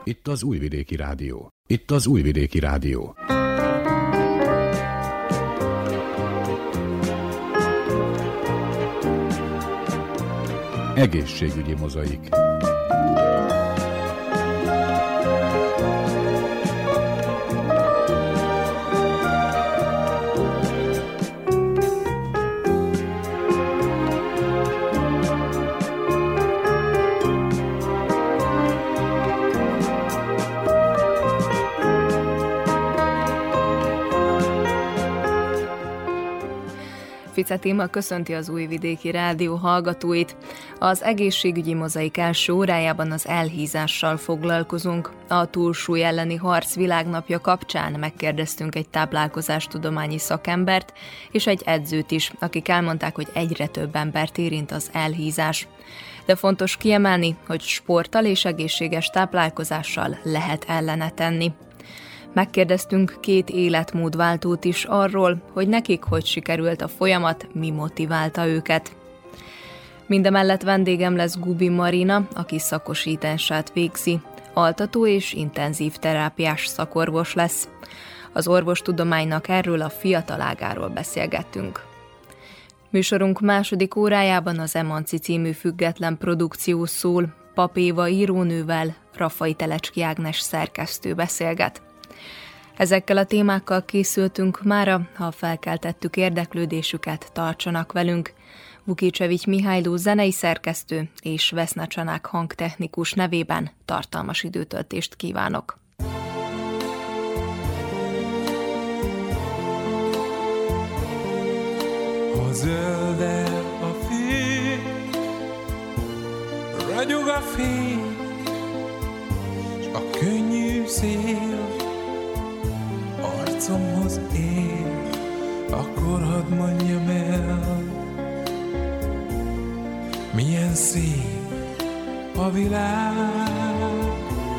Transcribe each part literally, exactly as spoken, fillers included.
Itt az Újvidéki Rádió. Itt az Újvidéki Rádió. Egészségügyi mozaik. Fice Téma köszönti az Újvidéki Rádió hallgatóit. Az egészségügyi mozaik első órájában az elhízással foglalkozunk. A túlsúly elleni harc világnapja kapcsán megkérdeztünk egy táplálkozástudományi szakembert és egy edzőt is, akik elmondták, hogy egyre több embert érint az elhízás. De fontos kiemelni, hogy sporttal és egészséges táplálkozással lehet ellene tenni. Megkérdeztünk két életmódváltót is arról, hogy nekik hogy sikerült a folyamat, mi motiválta őket. Mindemellett vendégem lesz Gubi Marina, aki szakosítását végzi. Altató és intenzív terápiás szakorvos lesz. Az orvostudománynak erről a fiatal ágáról beszélgettünk. Műsorunk második órájában az Emanci című független produkció szól. Pap Éva írónővel, Rafai Telecski Ágnes szerkesztő beszélget. Ezekkel a témákkal készültünk mára, ha felkeltettük érdeklődésüket, tartsanak velünk. Vukicevics Mihályló zenei szerkesztő és Veszna Csanák hangtechnikus nevében tartalmas időtöltést kívánok. Ha zöldel a fű, ragyog a fény, s a könnyű szél arcomhoz ér, akkor hadd mondjam el, milyen szép a világ.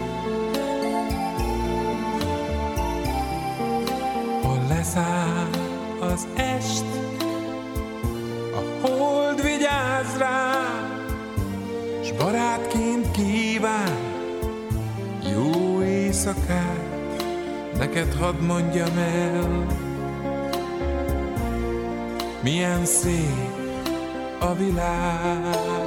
Ha leszáll az est, a hold vigyáz rá, s barátként kíván jó éjszakát. Neked hadd mondjam el, milyen szép a világ.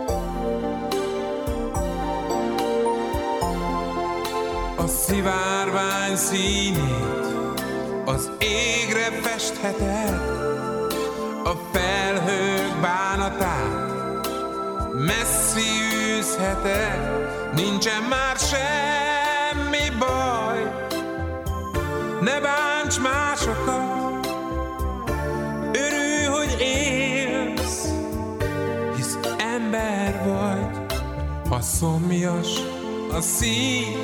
A szivárvány színét az égre festheted, a felhők bánatát messzi űzheted. Nincsen már semmi baj, ne bánts másokat, örülj, hogy élsz, hisz ember vagy. Ha szomjas a szív,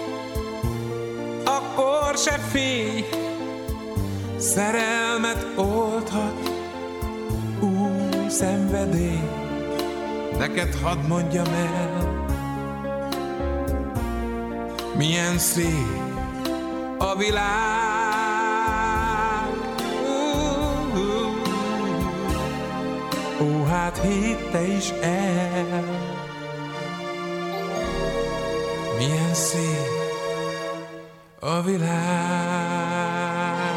akkor se félj, szerelmet oldhat új szenvedély. Neked hadd mondjam el, milyen szép a világ. Uh, uh, uh. Ó, hát hidd te is el, milyen szép a világ.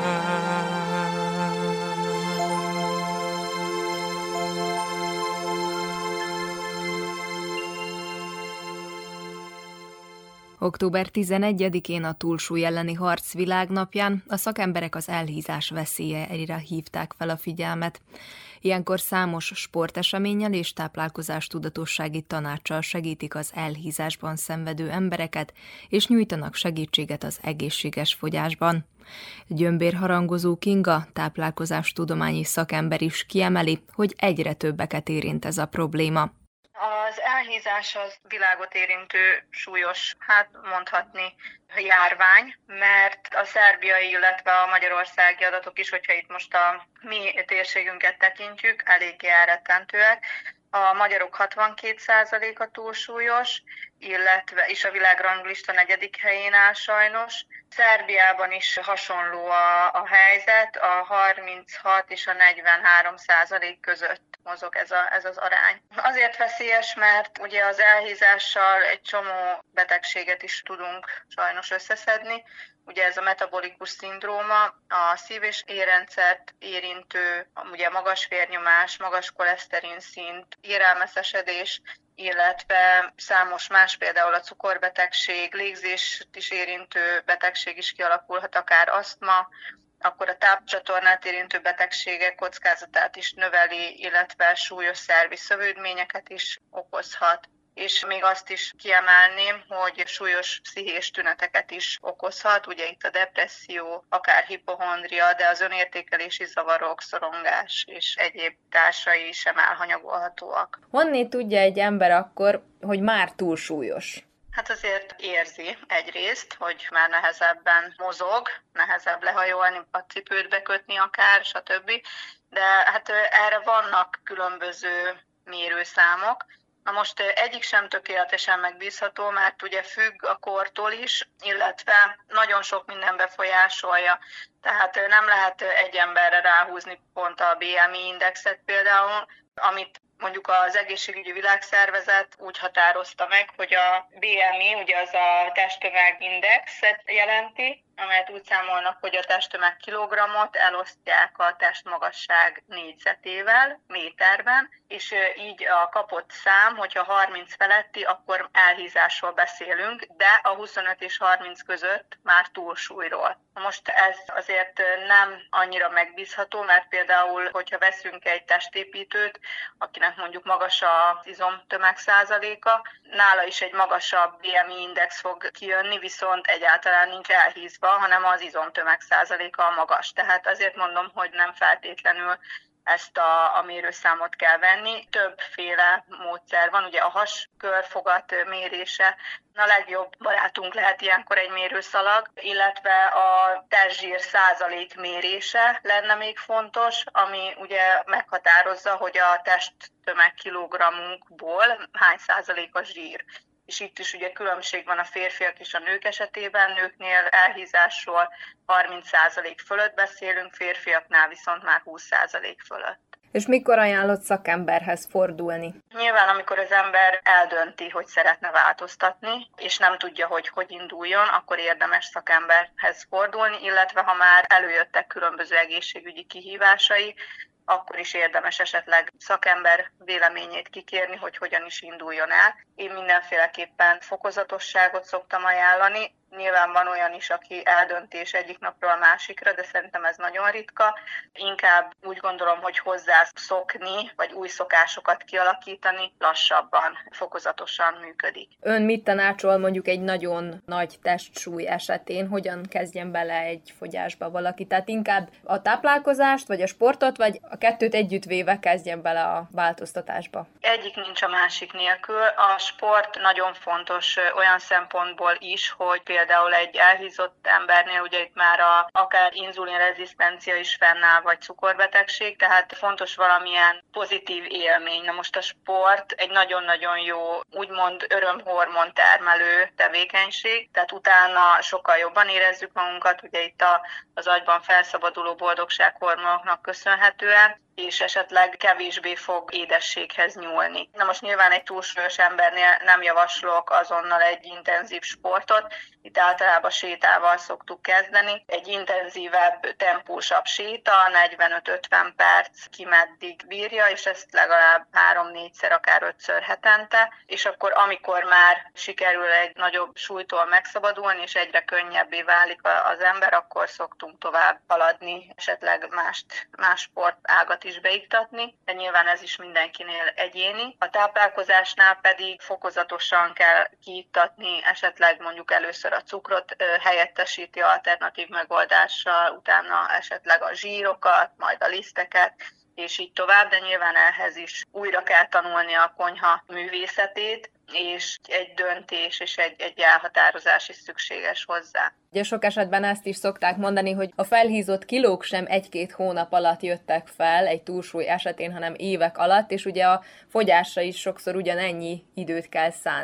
október tizenegyedikén a túlsúly elleni harc világnapján a szakemberek az elhízás veszélyeire hívták fel a figyelmet. Ilyenkor számos sporteseménnyel és táplálkozástudatossági tanáccsal segítik az elhízásban szenvedő embereket, és nyújtanak segítséget az egészséges fogyásban. Gyömbérharangozó Kinga, táplálkozástudományi szakember is kiemeli, hogy egyre többeket érint ez a probléma. Az elhízás az világot érintő súlyos, hát mondhatni, járvány, mert a szerbiai, illetve a magyarországi adatok is, hogyha itt most a mi térségünket tekintjük, eléggé elrettentőek. A magyarok hatvankét százaléka túlsúlyos, illetve is a világranglista negyedik helyén áll sajnos. Szerbiában is hasonló a, a helyzet, a harminchat és a negyvenhárom százalék között. mozog ez, a, ez az arány. Azért veszélyes, mert ugye az elhízással egy csomó betegséget is tudunk sajnos összeszedni. Ugye ez a metabolikus szindróma, a szív- és érrendszert érintő, ugye magas vérnyomás, magas koleszterin szint, érelmeszesedés, illetve számos más, például a cukorbetegség, légzést is érintő betegség is kialakulhat, akár asztma, akkor a tápcsatornát érintő betegségek kockázatát is növeli, illetve súlyos szervi szövődményeket is okozhat. És még azt is kiemelném, hogy súlyos pszichés tüneteket is okozhat, ugye itt a depresszió, akár hipochondria, de az önértékelési zavarok, szorongás és egyéb társai sem elhanyagolhatóak. Honnét tudja egy ember akkor, hogy már túlsúlyos? Hát azért érzi egyrészt, hogy már nehezebben mozog, nehezebb lehajolni, a cipőt bekötni akár, stb. De hát erre vannak különböző mérőszámok. Na most egyik sem tökéletesen megbízható, mert ugye függ a kortól is, illetve nagyon sok minden befolyásolja. Tehát nem lehet egy emberre ráhúzni pont a bé em i indexet például, amit mondjuk az Egészségügyi Világszervezet úgy határozta meg, hogy a bé em i, ugye az a testtömegindexet jelenti, amelyet úgy számolnak, hogy a testtömeg kilogrammot elosztják a testmagasság négyzetével, méterben, és így a kapott szám, hogyha harminc feletti, akkor elhízásról beszélünk, de a huszonöt és harminc között már túlsúlyról. Most ez azért nem annyira megbízható, mert például, hogyha veszünk egy testépítőt, akinek mondjuk magas az izomtömeg százaléka, nála is egy magasabb bé em i index fog kijönni, viszont egyáltalán nincs elhízva, hanem az izomtömeg százaléka a magas. Tehát azért mondom, hogy nem feltétlenül ezt a, a mérőszámot kell venni. Többféle módszer van, ugye a haskörfogat mérése, a legjobb barátunk lehet ilyenkor egy mérőszalag, illetve a testzsír százalék mérése lenne még fontos, ami ugye meghatározza, hogy a testtömeg kilogrammunkból hány százalék a zsír. És itt is ugye különbség van a férfiak és a nők esetében, nőknél elhízásról harminc százalék fölött beszélünk, férfiaknál viszont már húsz százalék fölött. És mikor ajánlott szakemberhez fordulni? Nyilván, amikor az ember eldönti, hogy szeretne változtatni, és nem tudja, hogy hogy induljon, akkor érdemes szakemberhez fordulni, illetve ha már előjöttek különböző egészségügyi kihívásai, akkor is érdemes esetleg szakember véleményét kikérni, hogy hogyan is induljon el. Én mindenféleképpen fokozatosságot szoktam ajánlani. Nyilván van olyan is, aki eldöntés egyik napról a másikra, de szerintem ez nagyon ritka. Inkább úgy gondolom, hogy hozzászokni, vagy új szokásokat kialakítani lassabban, fokozatosan működik. Ön mit tanácsol mondjuk egy nagyon nagy testsúly esetén, hogyan kezdjen bele egy fogyásba valaki? Tehát inkább a táplálkozást, vagy a sportot, vagy a kettőt együttvéve kezdjen bele a változtatásba? Egyik nincs a másik nélkül. A sport nagyon fontos olyan szempontból is, hogy például egy elhízott embernél ugye itt már a, akár inzulinrezisztencia is fennáll, vagy cukorbetegség, tehát fontos valamilyen pozitív élmény. Na most a sport egy nagyon-nagyon jó, úgymond örömhormon termelő tevékenység, tehát utána sokkal jobban érezzük magunkat, ugye itt a, az agyban felszabaduló boldogsághormonoknak köszönhetően, és esetleg kevésbé fog édességhez nyúlni. Na most nyilván egy túlsúlyos embernél nem javaslok azonnal egy intenzív sportot, itt általában sétával szoktuk kezdeni. Egy intenzívebb, tempósabb séta, negyvenöt-ötven perc ki meddig bírja, és ezt legalább három-négyszer, akár ötször hetente, és akkor amikor már sikerül egy nagyobb súlytól megszabadulni, és egyre könnyebbé válik az ember, akkor szoktunk tovább haladni, esetleg mást, más sportágat is beiktatni, de nyilván ez is mindenkinél egyéni. A táplálkozásnál pedig fokozatosan kell kiiktatni, esetleg mondjuk először a cukrot helyettesíti alternatív megoldással, utána esetleg a zsírokat, majd a liszteket, és így tovább, de nyilván ehhez is újra kell tanulni a konyha művészetét, és egy döntés és egy, egy elhatározás is szükséges hozzá. Ugye sok esetben ezt is szokták mondani, hogy a felhízott kilók sem egy-két hónap alatt jöttek fel egy túlsúly esetén, hanem évek alatt, és ugye a fogyásra is sokszor ugyanennyi időt kell szánni.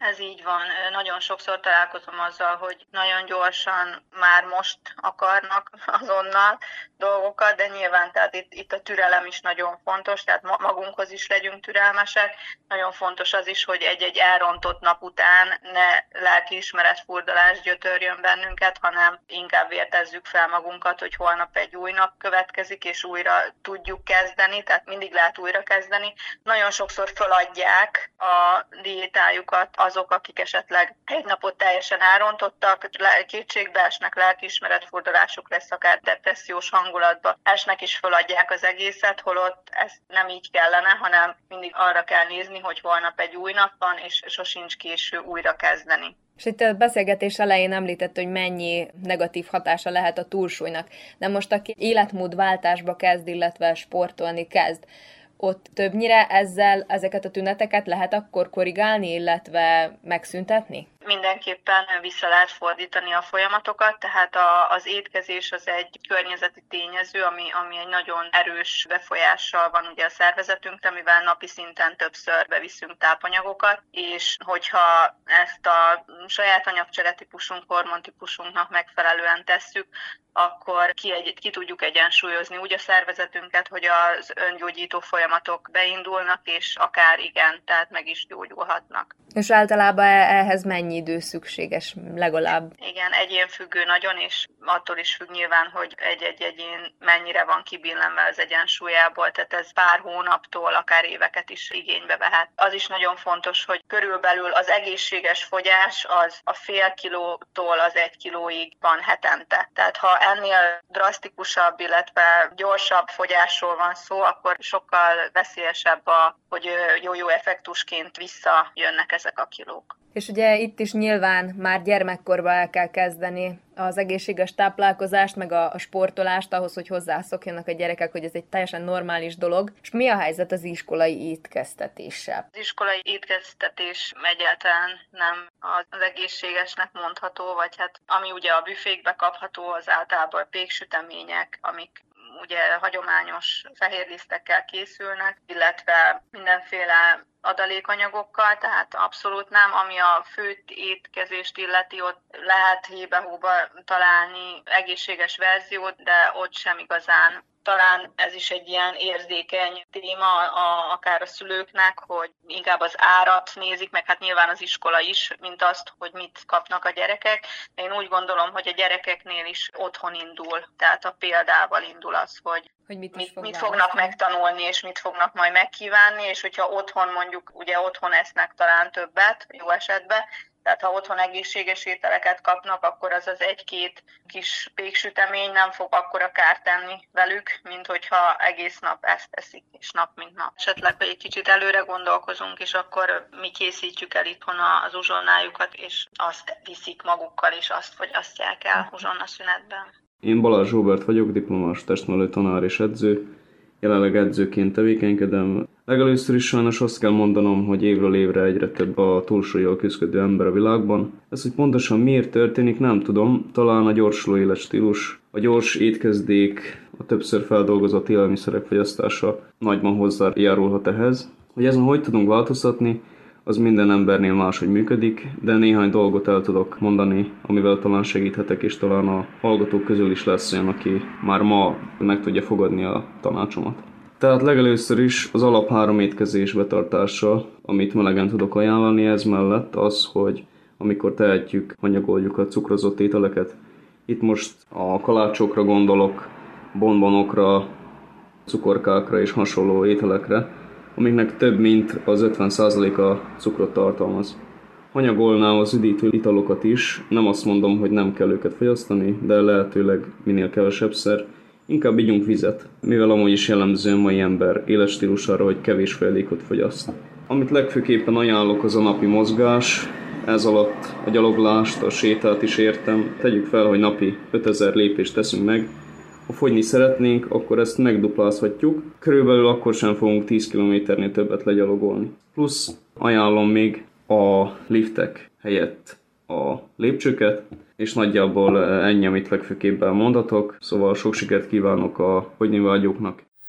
Ez így van. Nagyon sokszor találkozom azzal, hogy nagyon gyorsan már most akarnak azonnal dolgokat, de nyilván tehát itt, itt a türelem is nagyon fontos, tehát magunkhoz is legyünk türelmesek. Nagyon fontos az is, hogy egy-egy elrontott nap után ne lelkiismeretfurdalás gyötörjön bennünket, hanem inkább vértezzük fel magunkat, hogy holnap egy új nap következik, és újra tudjuk kezdeni, tehát mindig lehet újra kezdeni. Nagyon sokszor feladják a diétájukat azok, akik esetleg egy napot teljesen elrontottak, kétségbe esnek, lelkiismeretfurdalásuk lesz, akár depressziós hangulatba esnek és feladják az egészet, holott ez nem így kellene, hanem mindig arra kell nézni, hogy holnap egy új nap van, és sosincs késő újra kezdeni. És itt a beszélgetés elején említett, hogy mennyi negatív hatása lehet a túlsúlynak. De most aki életmódváltásba kezd, illetve sportolni kezd, ott többnyire ezzel ezeket a tüneteket lehet akkor korrigálni, illetve megszüntetni? Mindenképpen vissza lehet fordítani a folyamatokat, tehát a, az étkezés az egy környezeti tényező, ami, ami egy nagyon erős befolyással van ugye a szervezetünkre, mivel napi szinten többször beviszünk tápanyagokat, és hogyha ezt a saját anyagcsere típusunk, hormontípusunknak megfelelően tesszük, akkor ki, egy, ki tudjuk egyensúlyozni úgy a szervezetünket, hogy az öngyógyító folyamatok beindulnak, és akár igen, tehát meg is gyógyulhatnak. És általában ehhez mennyi idő szükséges legalább? Igen, egyénfüggő nagyon, és attól is függ nyilván, hogy egy-egy egyén mennyire van kibillenve az egyensúlyából, tehát ez pár hónaptól, akár éveket is igénybe vehet. Az is nagyon fontos, hogy körülbelül az egészséges fogyás az a fél kilótól az egy kilóig van hetente. Tehát ha ennél drasztikusabb, illetve gyorsabb fogyásról van szó, akkor sokkal veszélyesebb, a, hogy jó-jó effektusként visszajönnek ezek a kilók. És ugye itt is nyilván már gyermekkorban el kell kezdeni az egészséges táplálkozást, meg a, a sportolást ahhoz, hogy hozzászokjanak a gyerekek, hogy ez egy teljesen normális dolog. És mi a helyzet az iskolai étkeztetéssel? Az iskolai étkeztetés egyáltalán nem az egészségesnek mondható, vagy hát ami ugye a büfékbe kapható, az általában péksütemények, amik ugye hagyományos fehérlisztekkel készülnek, illetve mindenféle adalékanyagokkal, tehát abszolút nem. Ami a főtt étkezést illeti, ott lehet hébe-hóba találni egészséges verziót, de ott sem igazán. Talán ez is egy ilyen érzékeny téma, a, akár a szülőknek, hogy inkább az árat nézik, meg hát nyilván az iskola is, mint azt, hogy mit kapnak a gyerekek. De én úgy gondolom, hogy a gyerekeknél is otthon indul, tehát a példával indul az, hogy, hogy mit, mit, fog mit fognak megtanulni, és mit fognak majd megkívánni, és hogyha otthon mondjuk, ugye otthon esznek talán többet, jó esetben, tehát ha otthon egészséges ételeket kapnak, akkor az az egy-két kis péksütemény nem fog akkora kárt tenni velük, mint hogyha egész nap ezt teszik, és nap mint nap. Esetleg egy kicsit előre gondolkozunk, és akkor mi készítjük el itthon az uzsonnájukat, és azt viszik magukkal, és azt fogyasztják el uzsonnaszünetben. Én Balázs Róbert vagyok, diplomás testnevelő tanár és edző. Jelenleg edzőként tevékenykedem. Legelőször is sajnos azt kell mondanom, hogy évről évre egyre több a túlsúllyal küzdő ember a világban. Ez, hogy pontosan miért történik, nem tudom. Talán a gyorsuló életstílus, a gyors étkezdék, a többször feldolgozott élelmiszerek fogyasztása nagyban hozzájárulhat ehhez. Hogy ezen hogy tudunk változtatni, az minden embernél máshogy működik, de néhány dolgot el tudok mondani, amivel talán segíthetek, és talán a hallgatók közül is lesz olyan, aki már ma meg tudja fogadni a tanácsomat. Tehát legelőször is az alap három étkezés betartása, amit melegen tudok ajánlani, ez mellett az, hogy amikor tehetjük, hanyagoljuk a cukrozott ételeket. Itt most a kalácsokra gondolok, bonbonokra, cukorkákra és hasonló ételekre, amiknek több mint az ötven százaléka cukrot tartalmaz. Hanyagolnám az üdítő italokat is, nem azt mondom, hogy nem kell őket fogyasztani, de lehetőleg minél kevesebbszer, inkább igyunk vizet, mivel amúgy is jellemző a mai ember életstílusára, hogy kevés folyadékot fogyaszt. Amit legfőképpen ajánlok, az a napi mozgás, ez alatt a gyaloglást, a sétát is értem. Tegyük fel, hogy napi ötezer lépést teszünk meg. Ha fogyni szeretnénk, akkor ezt megduplázhatjuk. Körülbelül akkor sem fogunk tíz kilométernél többet legyalogolni. Plusz ajánlom még a liftek helyett a lépcsőket, és nagyjából ennyi, amit legfőképpen mondhatok. Szóval sok sikert kívánok a fogyni vágyóknak.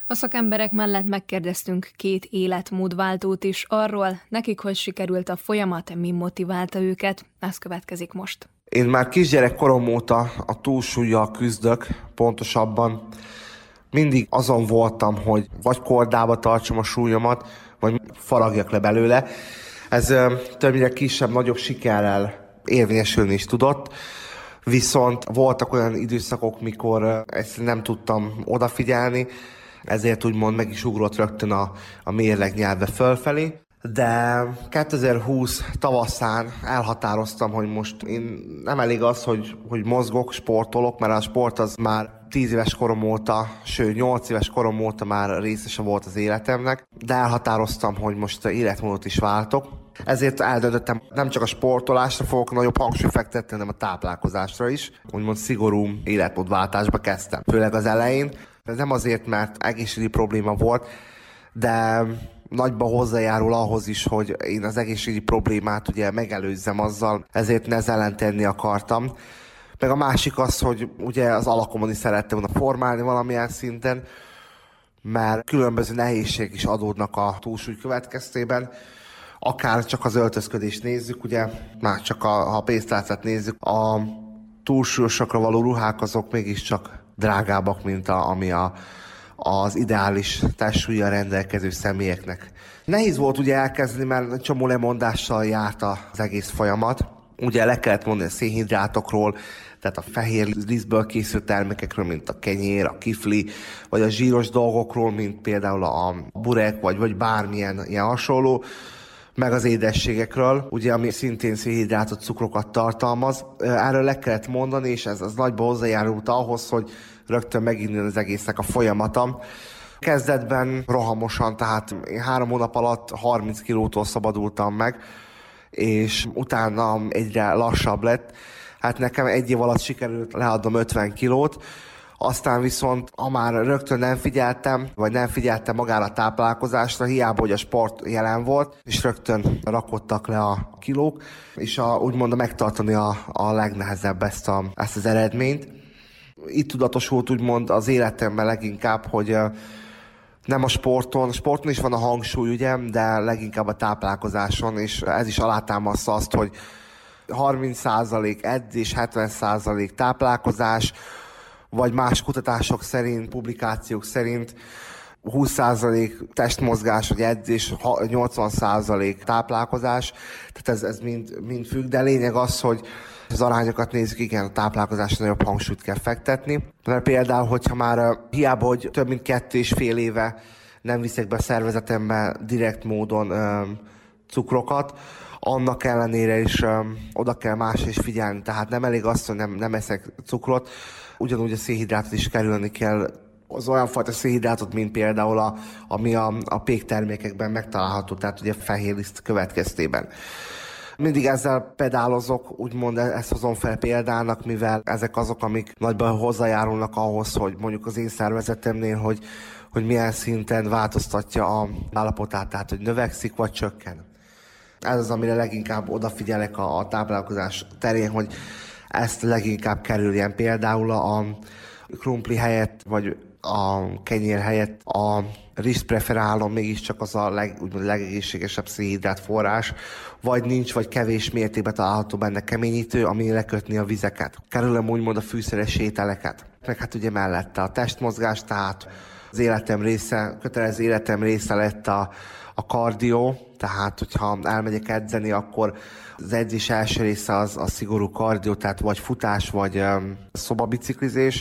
A szakemberek mellett megkérdeztünk két életmódváltót is arról, nekik hogy sikerült a folyamat, mi motiválta őket, ez következik most. Én már kisgyerekkorom óta a túlsúllyal küzdök, pontosabban mindig azon voltam, hogy vagy kordába tartsam a súlyomat, vagy faragjak le belőle. Ez többnyire kisebb-nagyobb sikerrel érvényesülni is tudott, viszont voltak olyan időszakok, mikor ezt nem tudtam odafigyelni, ezért úgymond meg is ugrott rögtön a, a mérleg nyelve fölfelé. De kétezer-húsz tavaszán elhatároztam, hogy most én nem elég az, hogy, hogy mozgok, sportolok, mert a sport az már tíz éves korom óta, sőt nyolc éves korom óta már részese volt az életemnek, de elhatároztam, hogy most életmódot is váltok. Ezért eldöntöttem, nem csak a sportolásra fogok nagyobb hangsúlyt fektetni, hanem a táplálkozásra is. Úgymond szigorú életmódváltásba kezdtem, főleg az elején. Ez nem azért, mert egészségügyi probléma volt, de nagyban hozzájárul ahhoz is, hogy én az egészségügyi problémát ugye megelőzzem azzal, ezért ne ellen tenni akartam. Meg a másik az, hogy ugye az alakomon is szerettem volna formálni valamilyen szinten, mert különböző nehézségek is adódnak a túlsúly következtében. Akár csak az öltözködést nézzük, ugye, már csak a, ha a pénztárcát nézzük, a túlsúlyosakra való ruhák azok mégiscsak drágábbak, mint a, ami a, az ideális testsúllyal rendelkező személyeknek. Nehéz volt ugye elkezdeni, mert csomó lemondással járt az egész folyamat. Ugye le kellett mondani a szénhidrátokról, tehát a fehér lisztből készült termékekről, mint a kenyér, a kifli, vagy a zsíros dolgokról, mint például a burek, vagy, vagy bármilyen ilyen hasonló, meg az édességekről, ugye, ami szintén szénhidrátot, cukrokat tartalmaz. Erről le kellett mondani, és ez az nagyban hozzájárult ahhoz, hogy rögtön megindul az egésznek a folyamata. Kezdetben rohamosan, tehát én három hónap alatt harminc kilótól szabadultam meg, és utána egyre lassabb lett. Hát nekem egy év alatt sikerült leadnom ötven kilót, aztán viszont, ha már rögtön nem figyeltem, vagy nem figyeltem magára a táplálkozásra, hiába, hogy a sport jelen volt, és rögtön rakottak le a kilók, és a, úgymond megtartani a, a legnehezebb ezt, a, ezt az eredményt. Itt tudatosult úgymond az életemben leginkább, hogy nem a sporton, sporton is van a hangsúly, ugye, de leginkább a táplálkozáson, és ez is alátámasztja azt, hogy harminc százalék edzés, hetven százalék táplálkozás, vagy más kutatások szerint, publikációk szerint húsz százalék testmozgás, vagy edzés, nyolcvan százalék táplálkozás, tehát ez, ez mind, mind függ, de lényeg az, hogy az arányokat nézzük, igen, a táplálkozásra nagyobb hangsúlyt kell fektetni. Mert például, hogyha már hiába, hogy több mint kettő és fél éve nem viszek be a szervezetembe direkt módon ö, cukrokat, annak ellenére is ö, oda kell másra is figyelni. Tehát nem elég az, hogy nem, nem eszek cukrot, ugyanúgy a szénhidrátot is kerülni kell, az olyan fajta szénhidrátot, mint például a, ami a, a péktermékekben megtalálható, tehát ugye fehérliszt következtében. Mindig ezzel pedálozok, úgymond ezt hozom fel példának, mivel ezek azok, amik nagyban hozzájárulnak ahhoz, hogy mondjuk az én szervezetemnél, hogy, hogy milyen szinten változtatja a állapotát, tehát hogy növekszik vagy csökken. Ez az, amire leginkább odafigyelek a, a táplálkozás terén, hogy ezt leginkább kerüljen. Például a krumpli helyett, vagy a kenyér helyett a rizst preferálom, mégiscsak az a leg, úgymond legegészségesebb szénhidrát forrás, vagy nincs, vagy kevés mértékben található benne keményítő, ami lekötni a vizeket. Kerülöm úgymond a fűszeres ételeket. Meg hát ugye mellette a testmozgás, tehát az életem része, kötelező életem része lett a, a kardió, tehát hogyha elmegyek edzeni, akkor az edzés első része az a szigorú kardió, tehát vagy futás, vagy um, szobabiciklizés,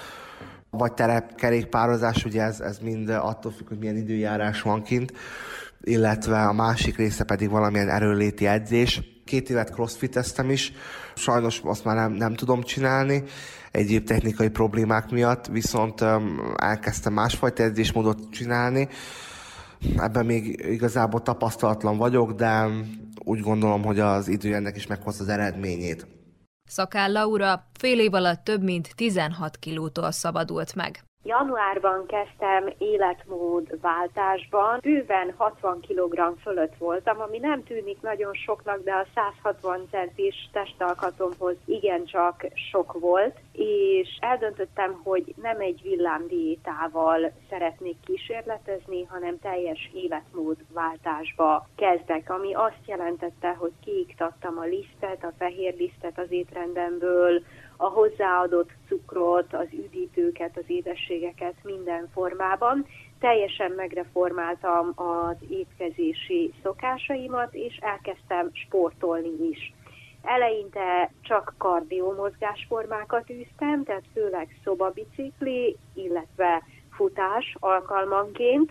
vagy terepkerékpározás, ugye ez, ez mind attól függ, hogy milyen időjárás van kint, illetve a másik része pedig valamilyen erőnléti edzés. Két évet crossfiteztem is, sajnos azt már nem, nem tudom csinálni, egyéb technikai problémák miatt, viszont um, elkezdtem másfajta edzésmódot csinálni. Ebben még igazából tapasztalatlan vagyok, de úgy gondolom, hogy az idő ennek is meghozza az eredményét. Szakál Laura fél év alatt több mint tizenhat kilótól szabadult meg. Januárban kezdtem életmódváltásban, bőven hatvan kilogramm fölött voltam, ami nem tűnik nagyon soknak, de a száz hatvan centis testalkatomhoz igencsak sok volt, és eldöntöttem, hogy nem egy villámdiétával szeretnék kísérletezni, hanem teljes életmódváltásba kezdek, ami azt jelentette, hogy kiiktattam a lisztet, a fehér lisztet az étrendemből, a hozzáadott cukrot, az üdítőket, az édességeket minden formában. Teljesen megreformáltam az étkezési szokásaimat, és elkezdtem sportolni is. Eleinte csak kardiomozgásformákat űztem, tehát főleg szobabicikli, illetve futás alkalmanként,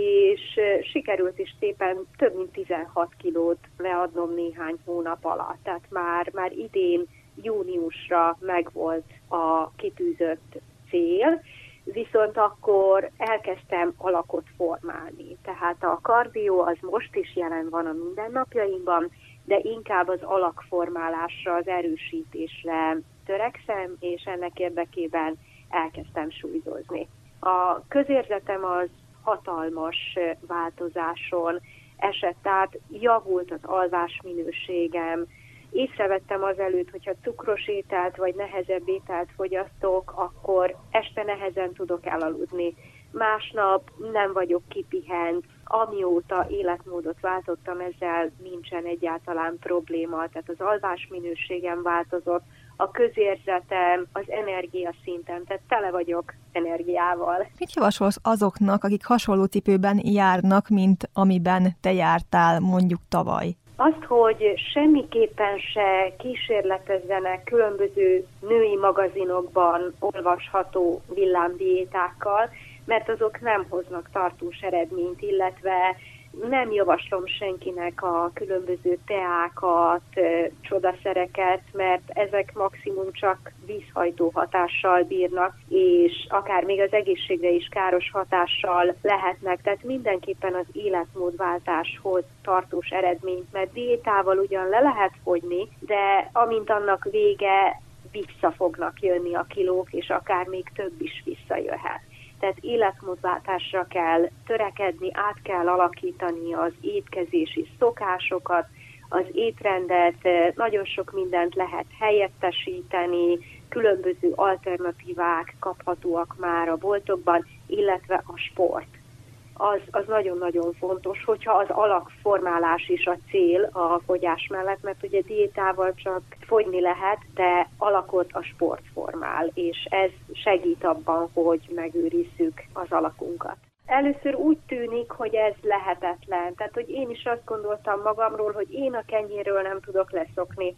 és sikerült is szépen több mint tizenhat kilót leadnom néhány hónap alatt. Tehát már, már idén júniusra megvolt a kitűzött cél, viszont akkor elkezdtem alakot formálni. Tehát a kardió az most is jelen van a mindennapjaimban, de inkább az alakformálásra, az erősítésre törekszem, és ennek érdekében elkezdtem súlyzozni. A közérzetem az hatalmas változáson esett át, javult az alvásminőségem, észrevettem azelőtt, hogyha cukros ételt vagy nehezebb ételt fogyasztok, akkor este nehezen tudok elaludni. Másnap nem vagyok kipihent, amióta életmódot váltottam, ezzel nincsen egyáltalán probléma, tehát az alvásminőségem változott, a közérzetem, az energiaszintem, tehát tele vagyok energiával. Mit javasolsz azoknak, akik hasonló cipőben járnak, mint amiben te jártál mondjuk tavaly? Azt, hogy semmiképpen se kísérletezzenek különböző női magazinokban olvasható villámdiétákkal, mert azok nem hoznak tartós eredményt, illetve nem javaslom senkinek a különböző teákat, csodaszereket, mert ezek maximum csak vízhajtó hatással bírnak, és akár még az egészségre is káros hatással lehetnek. Tehát mindenképpen az életmódváltáshoz tartós eredményt, mert diétával ugyan le lehet fogyni, de amint annak vége, vissza fognak jönni a kilók, és akár még több is visszajöhet. Tehát életmódváltásra kell törekedni, át kell alakítani az étkezési szokásokat, az étrendet, nagyon sok mindent lehet helyettesíteni, különböző alternatívák kaphatóak már a boltokban, illetve a sport. Az, az nagyon-nagyon fontos, hogyha az alakformálás is a cél a fogyás mellett, mert ugye diétával csak fogyni lehet, de alakot a sport formál, és ez segít abban, hogy megőrizzük az alakunkat. Először úgy tűnik, hogy ez lehetetlen, tehát hogy én is azt gondoltam magamról, hogy én a kenyérről nem tudok leszokni,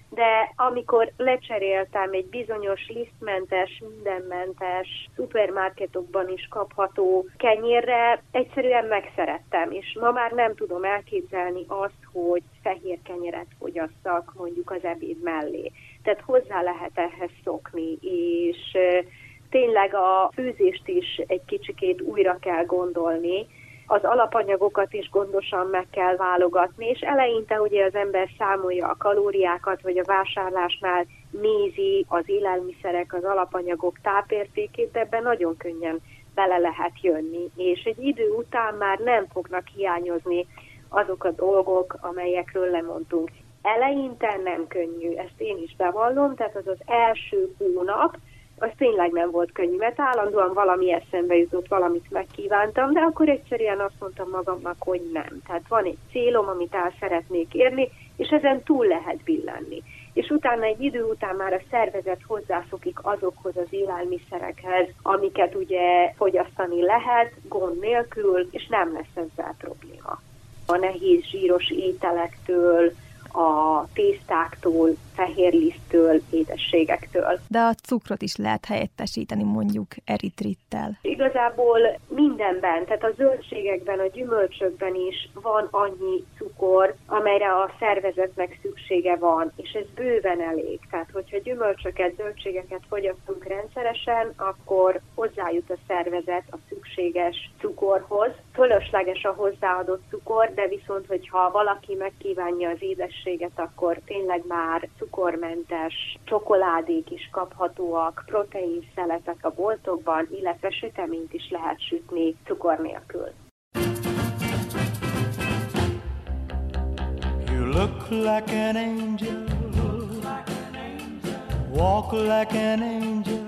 de amikor lecseréltem egy bizonyos lisztmentes, mindenmentes, szupermarketokban is kapható kenyérre, egyszerűen megszerettem, és ma már nem tudom elképzelni azt, hogy fehér kenyeret fogyasszak mondjuk az ebéd mellé. Tehát hozzá lehet ehhez szokni, és tényleg a főzést is egy kicsikét újra kell gondolni, az alapanyagokat is gondosan meg kell válogatni, és eleinte ugye az ember számolja a kalóriákat, vagy a vásárlásnál nézi az élelmiszerek, az alapanyagok tápértékét, de ebben nagyon könnyen bele lehet jönni, és egy idő után már nem fognak hiányozni azok a dolgok, amelyekről lemondtunk. Eleinte nem könnyű, ezt én is bevallom, tehát az az első hónap, az tényleg nem volt könnyű, mert állandóan valami eszembe jutott, valamit megkívántam, de akkor egyszerűen azt mondtam magamnak, hogy nem. Tehát van egy célom, amit el szeretnék érni, és ezen túl lehet billenni. És utána egy idő után már a szervezet hozzászokik azokhoz az élelmiszerekhez, amiket ugye fogyasztani lehet, gond nélkül, és nem lesz ezzel probléma. A nehéz zsíros ételektől, a tésztáktól, fehérliszttől, édességektől. De a cukrot is lehet helyettesíteni mondjuk eritrittel. Igazából mindenben, tehát a zöldségekben, a gyümölcsökben is van annyi cukor, amelyre a szervezetnek szüksége van, és ez bőven elég. Tehát, hogyha gyümölcsöket, zöldségeket fogyasztunk rendszeresen, akkor hozzájut a szervezet a szükséges cukorhoz. Fölösleges a hozzáadott cukor, de viszont, hogyha valaki megkívánja az édességet, akkor tényleg már cukormentes csokoládék is kaphatóak, proteinszeletek a boltokban, illetve süteményt is lehet sütni cukor nélkül. You look like an angel, walk like an angel,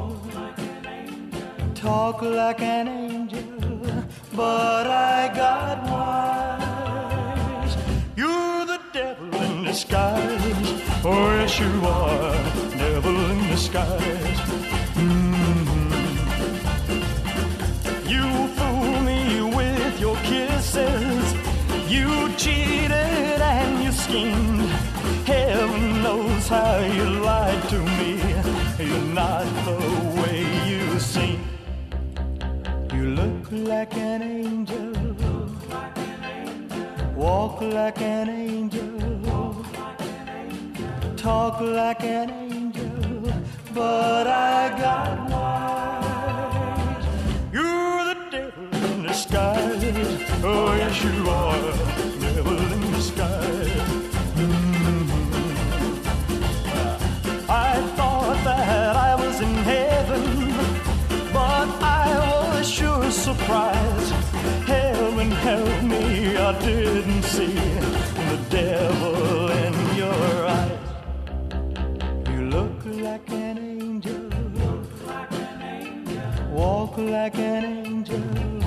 talk like an angel, but I got wise. You're the devil in disguise, oh yes you are, devil in disguise. Mm-hmm. You fool me with your kisses, you cheated and you schemed. Heaven knows how you lied to me. You're not the way you seem. You look like an angel, walk like an angel, talk like an angel, but I got wise. You're the devil in disguise, oh yes you are, devil in disguise. Mm-hmm. I thought that I was in heaven, but I was sure surprised. Heaven help me, I didn't see the devil in your eyes. You look like an angel, walk like an angel,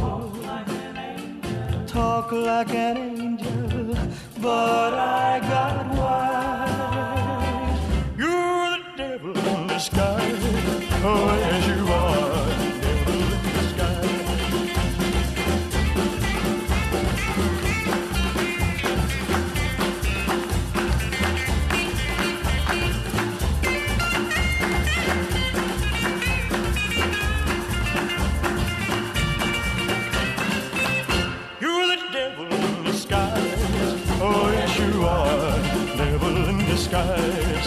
talk like an angel, but I got wise. You're the devil in disguise, oh yes you are, devil in disguise. You're the devil in disguise, oh yes you are, devil in disguise.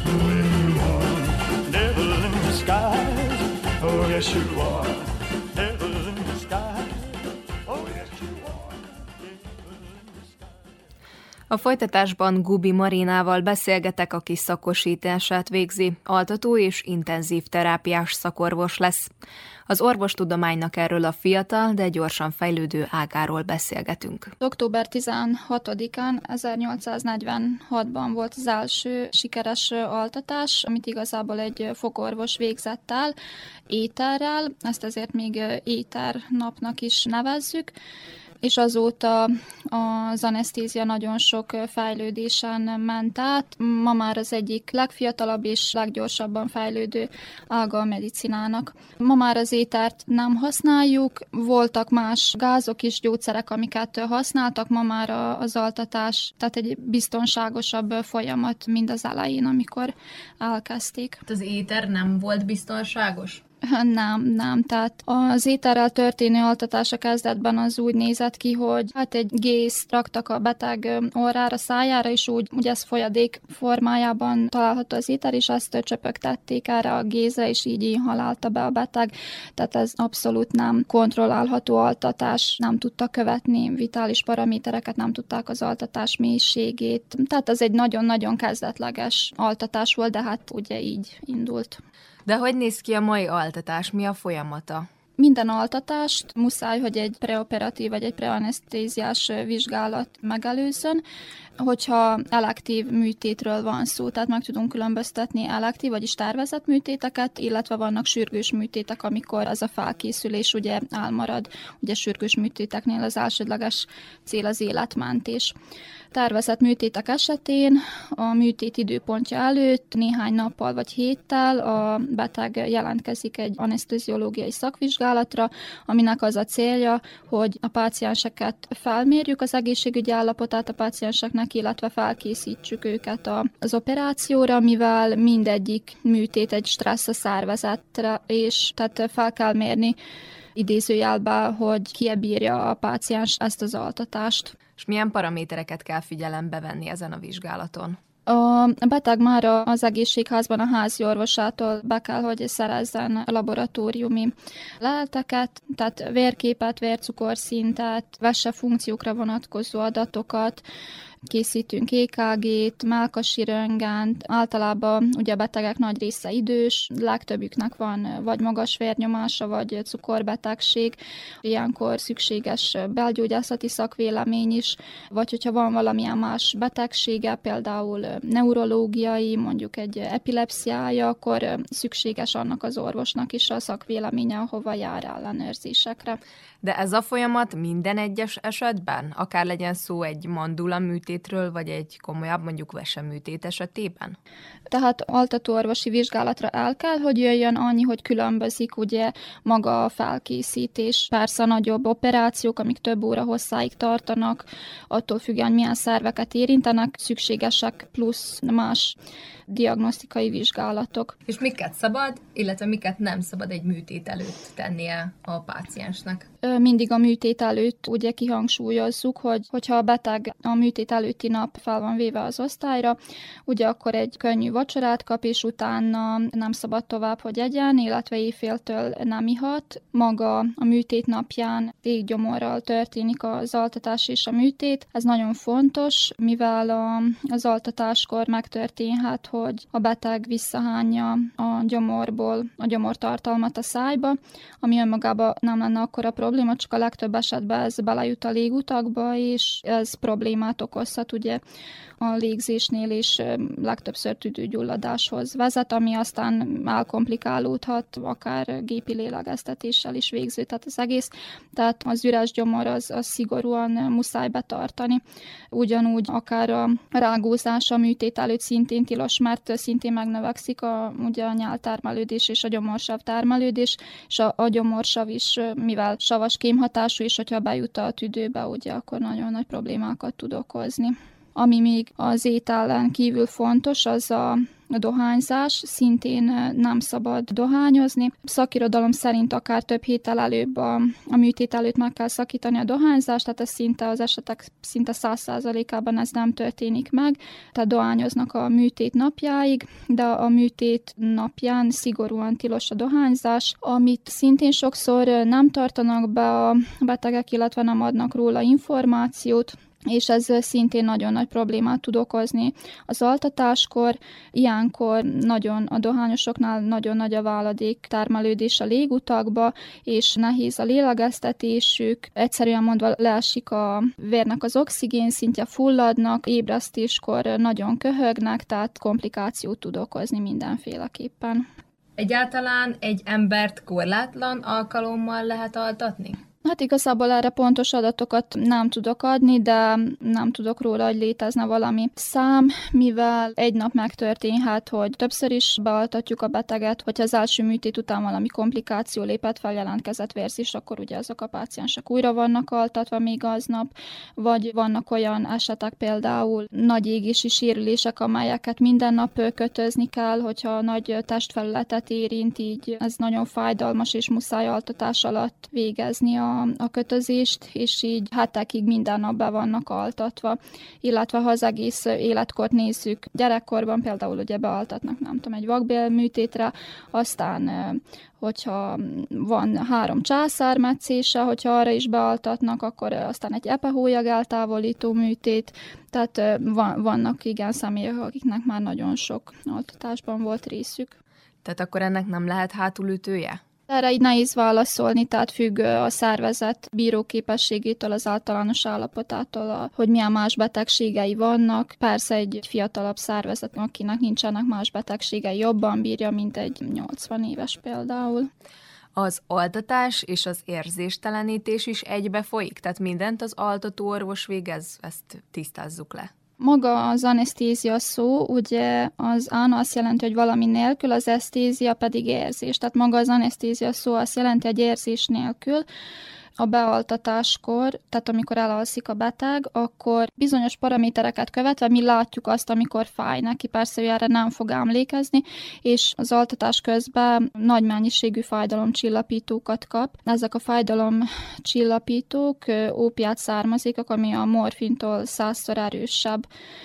Mm-hmm. Devil in disguise, oh yes you are, devil in disguise, oh yes you are, devil in disguise. A folytatásban Gubi Marinával beszélgetek, aki szakosítását végzi, altató és intenzív terápiás szakorvos lesz. Az orvostudománynak erről a fiatal, de gyorsan fejlődő ágáról beszélgetünk. október tizenhatodikán ezernyolcszáznegyvenhatban volt az első sikeres altatás, amit igazából egy fogorvos végzett el éterrel, ezt ezért még éter napnak is nevezzük, és azóta az anesztézia nagyon sok fejlődésen ment át. Ma már az egyik legfiatalabb és leggyorsabban fejlődő ága a medicinának. Ma már az étert nem használjuk, voltak más gázok és gyógyszerek, amiket használtak, ma már az altatás, tehát egy biztonságosabb folyamat, mint az elején, amikor elkezdték. Az éter nem volt biztonságos? Nem, nem. Tehát az éterrel történő altatása kezdetben az úgy nézett ki, hogy hát egy gészt raktak a beteg orrára, szájára, és úgy, úgy ez folyadék formájában található az éter, és ezt csöpögtették erre a gézre, és így inhalálta be a beteg. Tehát ez abszolút nem kontrollálható altatás, nem tudta követni vitális paramétereket, nem tudták az altatás mélységét. Tehát ez egy nagyon-nagyon kezdetleges altatás volt, de hát ugye így indult. De hogy néz ki a mai altatás? Mi a folyamata? Minden altatást muszáj, hogy egy preoperatív vagy egy preanesztéziás vizsgálat megelőzzön, hogyha elektív műtétről van szó, tehát meg tudunk különböztetni elektív, vagyis tervezett műtéteket, illetve vannak sürgős műtétek, amikor az a felkészülés ugye elmarad. Ugye sürgős műtéteknél az elsődleges cél az életmentés. Tervezett műtétek esetén a műtét időpontja előtt néhány nappal vagy héttel a beteg jelentkezik egy aneszteziológiai szakvizsgálatra, aminek az a célja, hogy a pácienseket felmérjük az egészségügyi állapotát a pácienseknek, illetve felkészítsük őket az operációra, mivel mindegyik műtét egy stressz a szervezetre, és tehát fel kell mérni idézőjelben, hogy kiebírja a páciens ezt az altatást. És milyen paramétereket kell figyelembe venni ezen a vizsgálaton? A beteg már az egészségházban a házi orvosától be kell, hogy szerezzen laboratóriumi leleteket, tehát vérképet, vércukorszintet, vese funkciókra vonatkozó adatokat, készítünk é ká gét, mellkasi röntgent, általában ugye a betegek nagy része idős, legtöbbüknek van vagy magas vérnyomása, vagy cukorbetegség, ilyenkor szükséges belgyógyászati szakvélemény is, vagy hogyha van valamilyen más betegsége, például neurológiai, mondjuk egy epilepsziája, akkor szükséges annak az orvosnak is a szakvéleménye, ahova jár ellenőrzésekre. De ez a folyamat minden egyes esetben? Akár legyen szó egy mandula műtétről, vagy egy komolyabb, mondjuk veseműtét esetében? Tehát altatóorvosi vizsgálatra el kell, hogy jöjjön, annyi, hogy különbözik ugye maga a felkészítés. Persze nagyobb operációk, amik több óra hosszáig tartanak, attól függően, milyen szerveket érintenek, szükségesek plusz más diagnosztikai vizsgálatok. És miket szabad, illetve miket nem szabad egy műtét előtt tennie a páciensnek? Mindig a műtét előtt ugye kihangsúlyozzuk, hogy hogyha a beteg a műtét előtti nap fel van véve az osztályra, ugye akkor egy könnyű vacsorát kap, és utána nem szabad tovább, hogy egyen, illetve éjféltől nem ihat. Maga a műtét napján éggyomorral történik az altatás és a műtét. Ez nagyon fontos, mivel a, az altatáskor megtörténhet, hogy a beteg visszahányja a gyomorból a gyomortartalmat a szájba, ami önmagában nem lenne akkora probléma, csak a legtöbb esetben ez belejut a légutakba, és ez problémát okozhat ugye a légzésnél, és legtöbbször tüdőgyulladáshoz vezet, ami aztán elkomplikálódhat, akár gépi lélegeztetéssel is végződhet az egész. Tehát az üres gyomor az, az szigorúan muszáj betartani. Ugyanúgy akár a rágózás a műtét előtt szintén tilos, mert szintén megnövekszik a, ugye a nyáltermelődés és a gyomorsav termelődés, és a, a gyomorsav is, mivel savas kémhatású, és hogyha bejut a tüdőbe, ugye akkor nagyon nagy problémákat tud okozni. Ami még az ételen kívül fontos, az a dohányzás, szintén nem szabad dohányozni. Szakirodalom szerint akár több héttel előbb a, a műtét előtt meg kell szakítani a dohányzást, tehát ez szinte az esetek szinte száz százalékában ez nem történik meg, tehát dohányoznak a műtét napjáig, de a műtét napján szigorúan tilos a dohányzás, amit szintén sokszor nem tartanak be a betegek, illetve nem adnak róla információt, és ez szintén nagyon nagy problémát tud okozni az altatáskor. Ilyenkor nagyon a dohányosoknál nagyon nagy a váladék termelődés a légutakba, és nehéz a lélegeztetésük. Egyszerűen mondva leesik a vérnek az oxigén szintje, fulladnak, ébresztéskor nagyon köhögnek, tehát komplikációt tud okozni mindenféleképpen. Egyáltalán egy embert korlátlan alkalommal lehet altatni? Hát igazából erre pontos adatokat nem tudok adni, de nem tudok róla, hogy létezne valami szám, mivel egy nap megtörténhet, hogy többször is bealtatjuk a beteget, hogyha az első műtét után valami komplikáció lépett fel, jelentkezett vérzés, akkor ugye azok a páciensek újra vannak altatva még aznap, vagy vannak olyan esetek, például nagy égési sérülések, amelyeket minden nap kötözni kell, hogyha nagy testfelületet érint, így ez nagyon fájdalmas, és muszáj altatás alatt végezni a a kötözést, és így hetekig minden nap be vannak altatva. Illetve ha az egész életkort nézzük, gyerekkorban például ugye bealtatnak, nem tudom, egy vakbélműtétre, aztán hogyha van három császármetszése, hogyha arra is bealtatnak, akkor aztán egy epehólyag eltávolító műtét, tehát vannak igen személyek, akiknek már nagyon sok altatásban volt részük. Tehát akkor ennek nem lehet hátulütője? Erre így nehéz válaszolni, tehát függ a szervezet bíróképességétől, az általános állapotától, hogy milyen más betegségei vannak. Persze egy fiatalabb szervezet, akinek nincsenek más betegségei, jobban bírja, mint egy nyolcvan éves például. Az altatás és az érzéstelenítés is egybe folyik? Tehát mindent az altatóorvos végez? Ezt tisztázzuk le. Maga az anesztézia szó, ugye az ána azt jelenti, hogy valami nélkül, az esztézia pedig érzés. Tehát maga az anesztézia szó azt jelenti, hogy érzés nélkül. A bealtatáskor, tehát amikor elalszik a beteg, akkor bizonyos paramétereket követve mi látjuk azt, amikor fáj neki, persze ő erre nem fog emlékezni, és az altatás közben nagy mennyiségű fájdalomcsillapítókat kap. Ezek a fájdalomcsillapítók ópiát származékok, ami a morfintól százszor erősebb.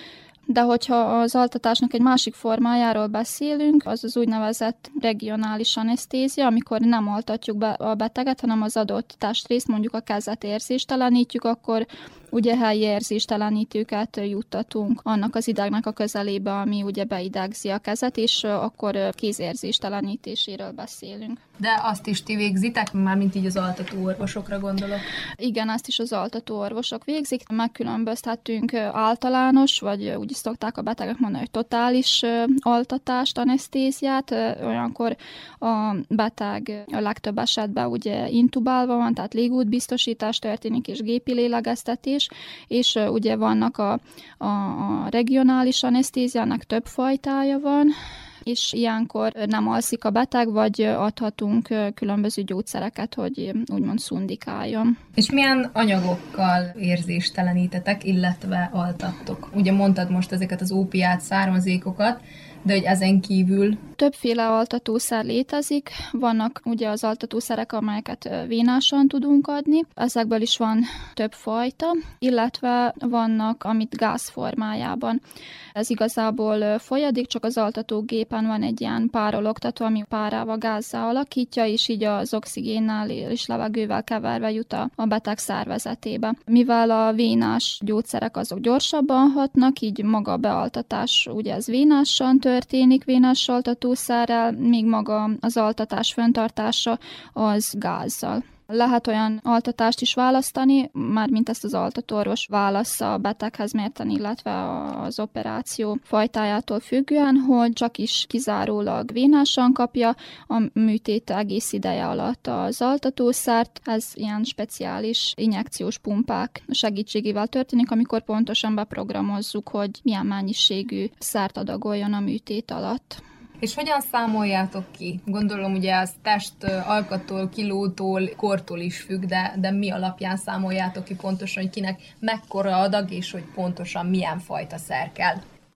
de hogyha az altatásnak egy másik formájáról beszélünk, az az úgynevezett regionális anesztézia, amikor nem altatjuk be a beteget, hanem az adott testrészt, mondjuk a kezet érzéstelenítjük, akkor ugye helyi érzéstelenítőket juttatunk annak az idegnek a közelébe, ami ugye beidegzi a kezet, és akkor kézérzéstelenítéséről beszélünk. De azt is ti végzitek, mármint így az altató orvosokra gondolok. Igen, azt is az altató orvosok végzik. Megkülönböztetünk általános, vagy úgy is szokták a betegek mondani, hogy totális altatást, anesztéziát. Olyankor a beteg a legtöbb esetben ugye intubálva van, tehát légútbiztosítás történik, és gépi lélegeztetés, és ugye vannak a, a, a regionális anesztéziának több fajtája van, és ilyenkor nem alszik a beteg, vagy adhatunk különböző gyógyszereket, hogy úgymond szundikáljon. És milyen anyagokkal érzéstelenítetek, illetve altattok? Ugye mondtad most ezeket az ópiát származékokat, de hogy ezen kívül... Többféle altatószer létezik, vannak ugye az altatószerek, amelyeket vénásan tudunk adni, ezekből is van több fajta, illetve vannak, amit gáz formájában. Ez igazából folyadék, csak az altatógépen van egy ilyen párologtató, ami párával gázzá alakítja, és így az oxigénnel és levegővel keverve jut a beteg szervezetébe. Mivel a vénás gyógyszerek azok gyorsabban hatnak, így maga a bealtatás, ugye ez vénásan történik, vénás altatószerrel, míg maga az altatás fenntartása az gázzal. Lehet olyan altatást is választani, mármint ezt az altatóorvos válassza a beteghez mérten, illetve az operáció fajtájától függően, hogy csak is kizárólag vénásan kapja a műtét egész ideje alatt az altatószert. Ez ilyen speciális injekciós pumpák segítségével történik, amikor pontosan beprogramozzuk, hogy milyen mennyiségű szert adagoljon a műtét alatt. És hogyan számoljátok ki? Gondolom, ugye az test alkattól, kilótól, kortól is függ, de, de mi alapján számoljátok ki pontosan, hogy kinek mekkora adag, és hogy pontosan milyen fajta szer kell?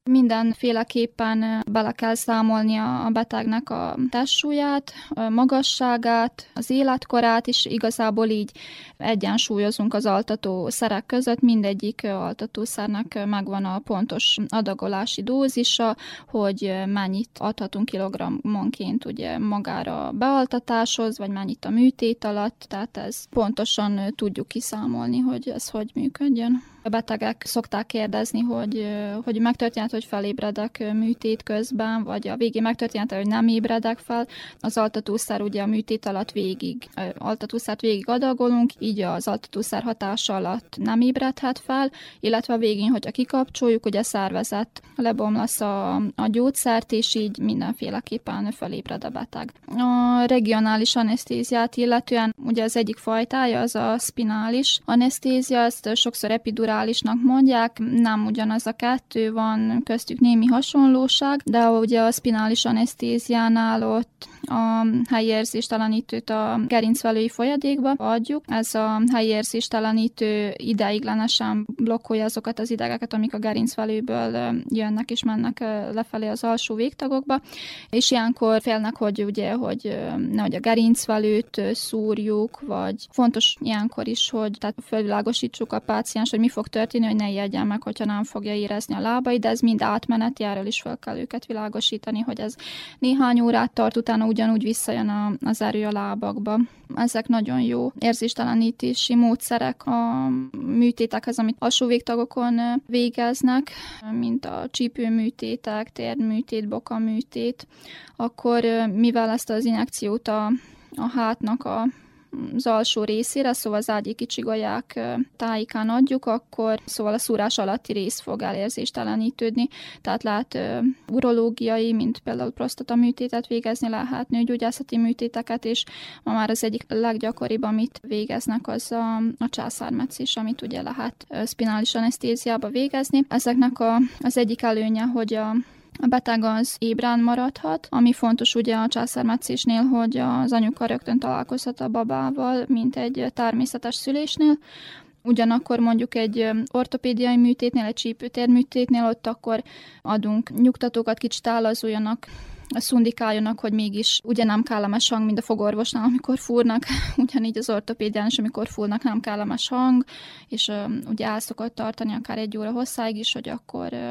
Mindenféleképpen bele kell számolni a betegnek a testsúlyát, a magasságát, az életkorát, és igazából így egyensúlyozunk az altató szerek között. Mindegyik altatószernek megvan a pontos adagolási dózisa, hogy mennyit adhatunk kilogrammonként ugye magára a bealtatáshoz, vagy mennyit a műtét alatt, tehát ez pontosan tudjuk kiszámolni, hogy ez hogy működjön. A betegek szokták kérdezni, hogy, hogy megtörtént, hogy felébredek műtét közben, vagy a végén megtörtént, hogy nem ébredek fel. Az altatószer ugye a műtét alatt végig, altatószert végig adagolunk, így az altatószer hatása alatt nem ébredhet fel, illetve a végén, hogyha kikapcsoljuk, ugye szervezet lebomlasz a, a gyógyszert, és így mindenféleképpen felébred a beteg. A regionális anesztéziát illetően ugye az egyik fajtája az a spinális anesztézia, ezt sokszor epidurálisnak mondják, nem ugyanaz a kettő, van köztük némi hasonlóság, de ugye a spinális anesztéziánál ott a helyi érzéstelenítőt a gerincvelői folyadékba adjuk. Ez a helyi érzéstelenítő ideiglenesen blokkolja azokat az idegeket, amik a gerincvelőből jönnek és mennek lefelé az alsó végtagokba, és ilyenkor félnek, hogy ugye, hogy nehogy a gerincvelőt szúrjuk, vagy fontos ilyenkor is, hogy tehát felvilágosítsuk a páciens, hogy mi fog történni, hogy ne ijedjen meg, hogyha nem fogja érezni a lábai, de ez mind átmeneti, erről is fel kell őket világosítani, hogy ez néhány órát tart, utána ugyanúgy visszajön a, az erő a lábakba. Ezek nagyon jó érzéstelenítési módszerek a műtétekhez, amit alsó végtagokon végeznek, mint a csípőműtétek, térműtét, bokaműtét, akkor mivel ezt az injekciót a, a hátnak a az alsó részére, szóval az ágyi kicsigolyák tájékán adjuk, akkor szóval a szúrás alatti rész fog elérzéstelenítődni, tehát lehet uh, urológiai, mint például prostataműtétet végezni, lehet nőgyógyászati műtéteket, és ma már az egyik leggyakoribb, amit végeznek, az a, a császármetszés, amit ugye lehet uh, spinális anesztéziába végezni. Ezeknek a, az egyik előnye, hogy a A beteg az ébren maradhat, ami fontos ugye a császármetszésnél, hogy az anyuka rögtön találkozhat a babával, mint egy természetes szülésnél. Ugyanakkor mondjuk egy ortopédiai műtétnél, egy csípőtérműtétnél ott akkor adunk nyugtatókat, kicsit állazuljanak, szundikáljanak, hogy mégis ugye nem kellemes hang, mint a fogorvosnál, amikor fúrnak, ugyanígy az ortopédián is, amikor fúrnak, nem kellemes hang, és uh, ugye el szokott tartani akár egy óra hosszáig is, hogy akkor uh,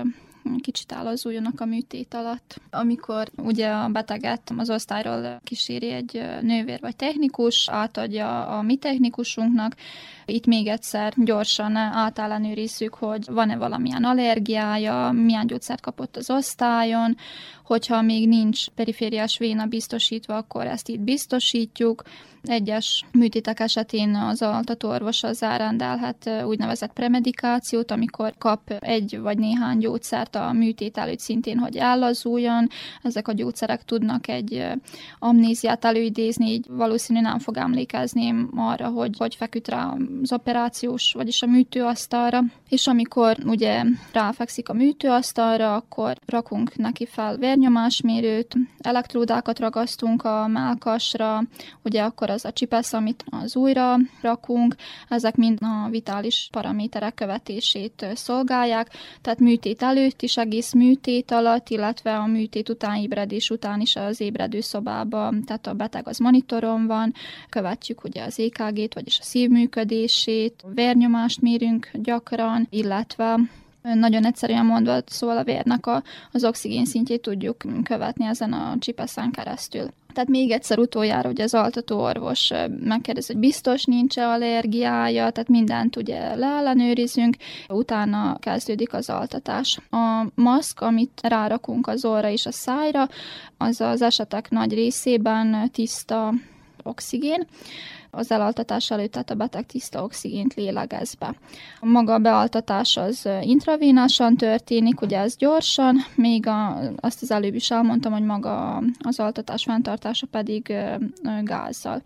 kicsit állazuljanak a műtét alatt. Amikor ugye a beteget az osztályról kíséri egy nővér vagy technikus, átadja a mi technikusunknak, itt még egyszer gyorsan átellenőrizzük, hogy van-e valamilyen allergiája, milyen gyógyszert kapott az osztályon, hogyha még nincs perifériás véna biztosítva, akkor ezt itt biztosítjuk. Egyes műtétek esetén az altatóorvos az elrendelhet úgynevezett premedikációt, amikor kap egy vagy néhány gyógyszert a műtét előtt szintén, hogy ellazuljon. Ezek a gyógyszerek tudnak egy amnéziát előidézni, így valószínűleg nem fog emlékezni arra, hogy hogy feküdt rá az operációs, vagyis a műtőasztalra. És amikor ugye ráfekszik a műtőasztalra, akkor rakunk neki fel vérnyomásmérőt, elektródákat ragasztunk a mellkasra, ugye akkor az a csipesz, amit az ujjra rakunk, ezek mind a vitális paraméterek követését szolgálják, tehát műtét előtt is, egész műtét alatt, illetve a műtét után, ébredés után is az ébredő szobában, tehát a beteg az monitoron van, követjük ugye az é ká gét, vagyis a szívműködését, vérnyomást mérünk gyakran, illetve nagyon egyszerűen mondva, szóval a vérnek a, az oxigén szintjét tudjuk követni ezen a csipeszen keresztül. Tehát még egyszer utoljára, hogy az altatóorvos megkérdez, hogy biztos nincs-e allergiája, tehát mindent ugye leellenőrizünk, utána kezdődik az altatás. A maszk, amit rárakunk az orra és a szájra, az az esetek nagy részében tiszta oxigén, az elaltatás előtt, tehát a beteg tiszta oxigént lélegez be. Maga a bealtatás az intravénásan történik, ugye ez gyorsan, még a, azt az előbb is elmondtam, hogy maga az altatás fenntartása pedig gázzal.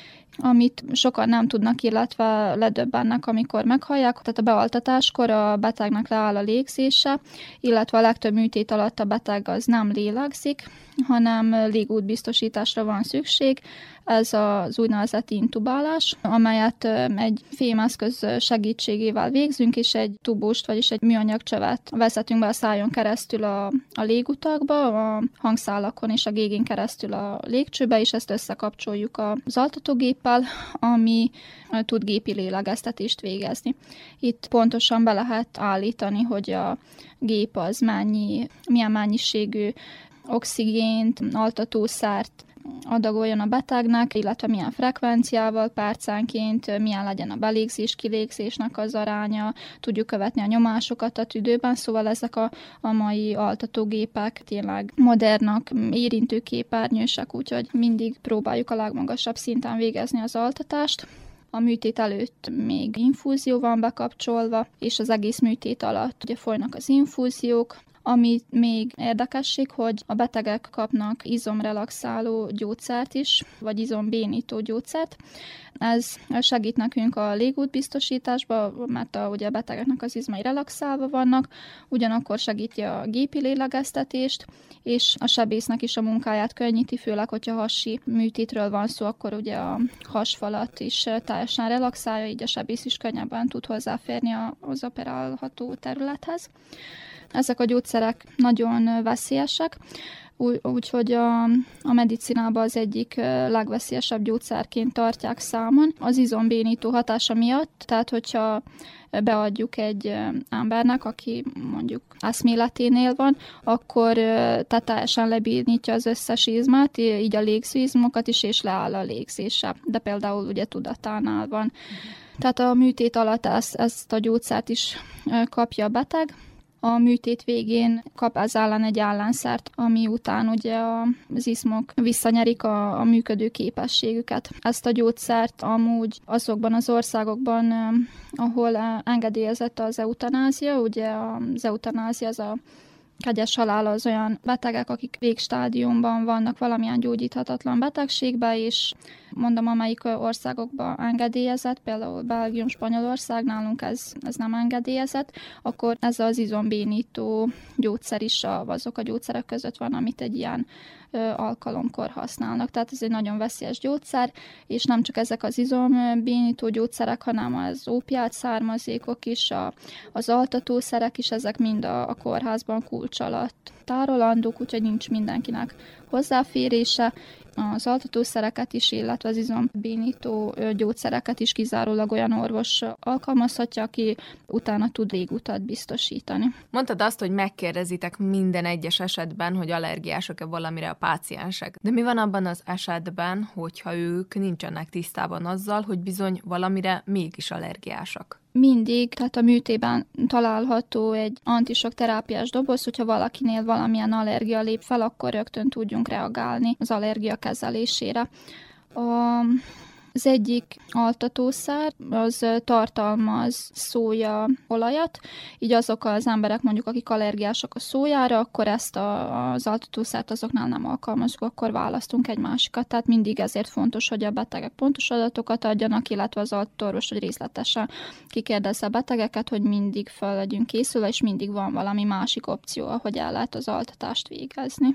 Amit sokan nem tudnak, illetve ledöbbennek, amikor meghallják. Tehát a bealtatáskor a betegnek leáll a légzése, illetve a legtöbb műtét alatt a beteg az nem lélegzik, hanem légútbiztosításra van szükség. Ez az úgynevezett intubálás, amelyet egy fémeszköz segítségével végzünk, és egy tubust, vagyis egy műanyag csövet vezetünk be a szájon keresztül a, a légutakba, a hangszálakon és a gégén keresztül a légcsőbe, és ezt összekapcsoljuk az altatógéppel, ami tud gépi lélegeztetést végezni. Itt pontosan be lehet állítani, hogy a gép az mennyi, milyen mennyiségű oxigént, altatószert adagoljon a betegnek, illetve milyen frekvenciával percenként, milyen legyen a belégzés-kilégzésnek az aránya, tudjuk követni a nyomásokat a tüdőben, szóval ezek a, a mai altatógépek tényleg modernak, érintőképernyősek, úgyhogy mindig próbáljuk a legmagasabb szinten végezni az altatást. A műtét előtt még infúzió van bekapcsolva, és az egész műtét alatt ugye folynak az infúziók. Ami még érdekesség, hogy a betegek kapnak izomrelaxáló gyógyszert is, vagy izombénító gyógyszert. Ez segít nekünk a légútbiztosításba, mert a, ugye a betegeknek az izmai relaxálva vannak, ugyanakkor segíti a gépi lélegeztetést, és a sebésznek is a munkáját könnyíti, főleg, hogyha hasi műtétről van szó, akkor ugye a hasfalat is teljesen relaxálja, így a sebész is könnyebben tud hozzáférni az operálható területhez. Ezek a gyógyszerek nagyon veszélyesek, úgyhogy a, a medicinában az egyik legveszélyesebb gyógyszerként tartják számon. Az izombénító hatása miatt, tehát hogyha beadjuk egy embernek, aki mondjuk eszméleténél van, akkor tehát teljesen lebénítja az összes izmát, így a légzőizmokat is, és leáll a légzése. De például ugye tudatánál van. Tehát a műtét alatt ezt, ezt a gyógyszert is kapja a beteg. A műtét végén kap ez ellen egy ellenszert, ami után ugye az izmok visszanyerik a, a működő képességüket. Ezt a gyógyszert amúgy azokban az országokban, ahol engedélyezett az eutanázia, ugye az eutanázia az a kegyes halál az olyan betegek, akik végstádiumban vannak valamilyen gyógyíthatatlan betegségben, és mondom, amelyik országokban engedélyezett, például Belgium, Spanyolország, nálunk ez, ez nem engedélyezett, akkor ez az izombénító gyógyszer is azok a gyógyszerek között van, amit egy ilyen alkalomkor használnak. Tehát ez egy nagyon veszélyes gyógyszer, és nem csak ezek az izombénító gyógyszerek, hanem az ópiát származékok is, a, az altatószerek is, ezek mind a, a kórházban kulcs alatt tárolandók, úgyhogy nincs mindenkinek hozzáférése, Az altatószereket is, illetve az izombénító gyógyszereket is kizárólag olyan orvos alkalmazhatja, aki utána tud légutat biztosítani. Mondtad azt, hogy megkérdezitek minden egyes esetben, hogy allergiások-e valamire a páciensek. De mi van abban az esetben, hogyha ők nincsenek tisztában azzal, hogy bizony valamire mégis allergiásak? Mindig, tehát a műtében található egy antisok terápiás doboz, hogyha valakinél valamilyen allergia lép fel, akkor rögtön tudjunk reagálni az allergia kezelésére. A Az egyik altatószer az tartalmaz szója olajat, így azok az emberek mondjuk, akik allergiások a szójára, akkor ezt a, az altatószert azoknál nem alkalmazunk, akkor választunk egy másikat. Tehát mindig ezért fontos, hogy a betegek pontos adatokat adjanak, illetve az altatóorvos, hogy részletesen kikérdezze a betegeket, hogy mindig fel legyünk készülve, és mindig van valami másik opció, ahogy el lehet az altatást végezni.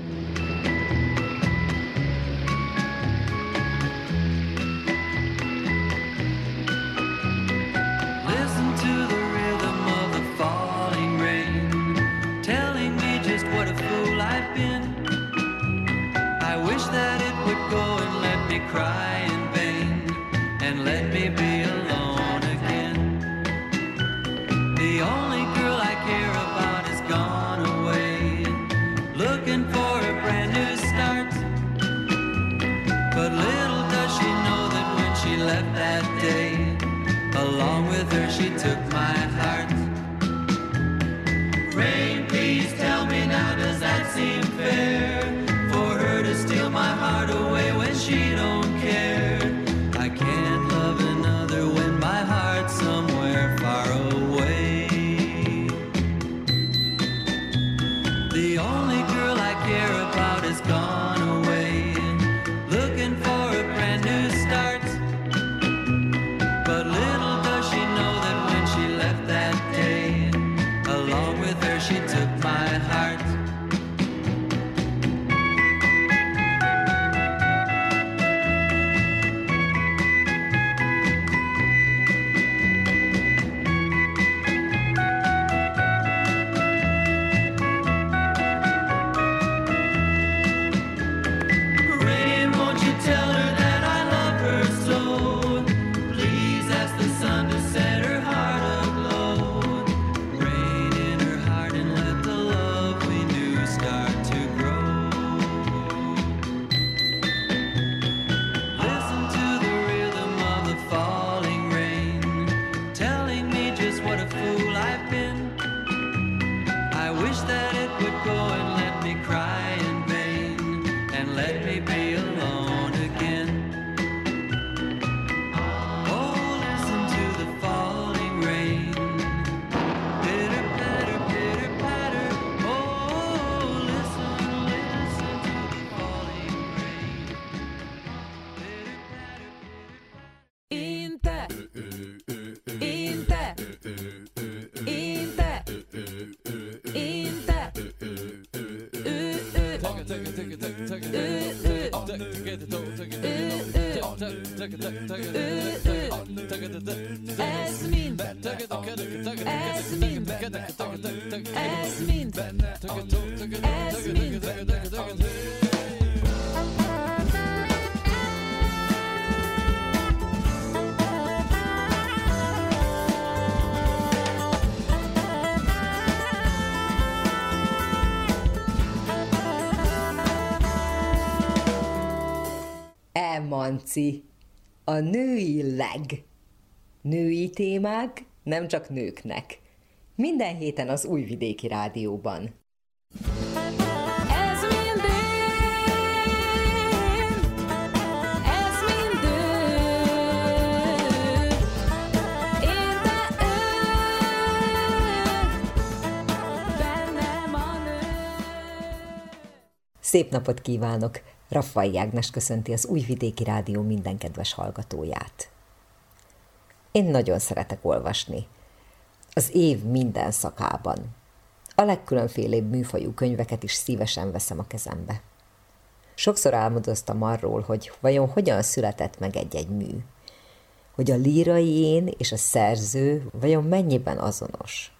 Cry in vain and let me be alone again. The only girl I care about is gone away, looking for a brand new start. But little does she know that when she left that day, along with her she took my heart. Rain, please tell me now, does that seem fair? For her to steal my heart away when she don't care. I can't love another when my heart's somewhere far away. The only girl I care about is gone away, looking for a brand new start. But little does she know that when she left that day, along with her she took my heart. Ez mind, ez mind, ez mind, ez mind. E-Manci, a női leg. Női témák nem csak nőknek. Minden héten az Újvidéki Rádióban. Ez mind én, ez mind ő, én te ő, bennem a nő. Szép napot kívánok! Raffai Ágnes köszönti az Újvidéki Rádió minden kedves hallgatóját. Én nagyon szeretek olvasni. Az év minden szakában. A legkülönfélébb műfajú könyveket is szívesen veszem a kezembe. Sokszor álmodoztam arról, hogy vajon hogyan született meg egy-egy mű. Hogy a lírai én és a szerző vajon mennyiben azonos.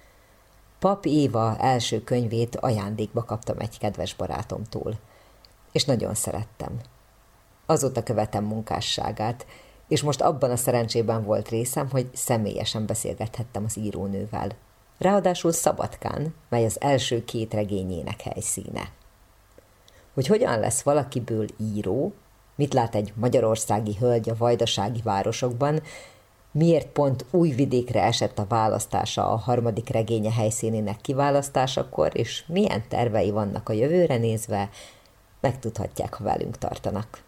Pap Éva első könyvét ajándékba kaptam egy kedves barátomtól. és nagyon szerettem. Azóta követem munkásságát, és most abban a szerencsében volt részem, hogy személyesen beszélgethettem az írónővel. Ráadásul Szabadkán, mely az első két regényének helyszíne. Hogy hogyan lesz valakiből író, mit lát egy magyarországi hölgy a vajdasági városokban, miért pont Újvidékre esett a választása a harmadik regénye helyszínének kiválasztásakor, és milyen tervei vannak a jövőre nézve, megtudhatják, ha velünk tartanak.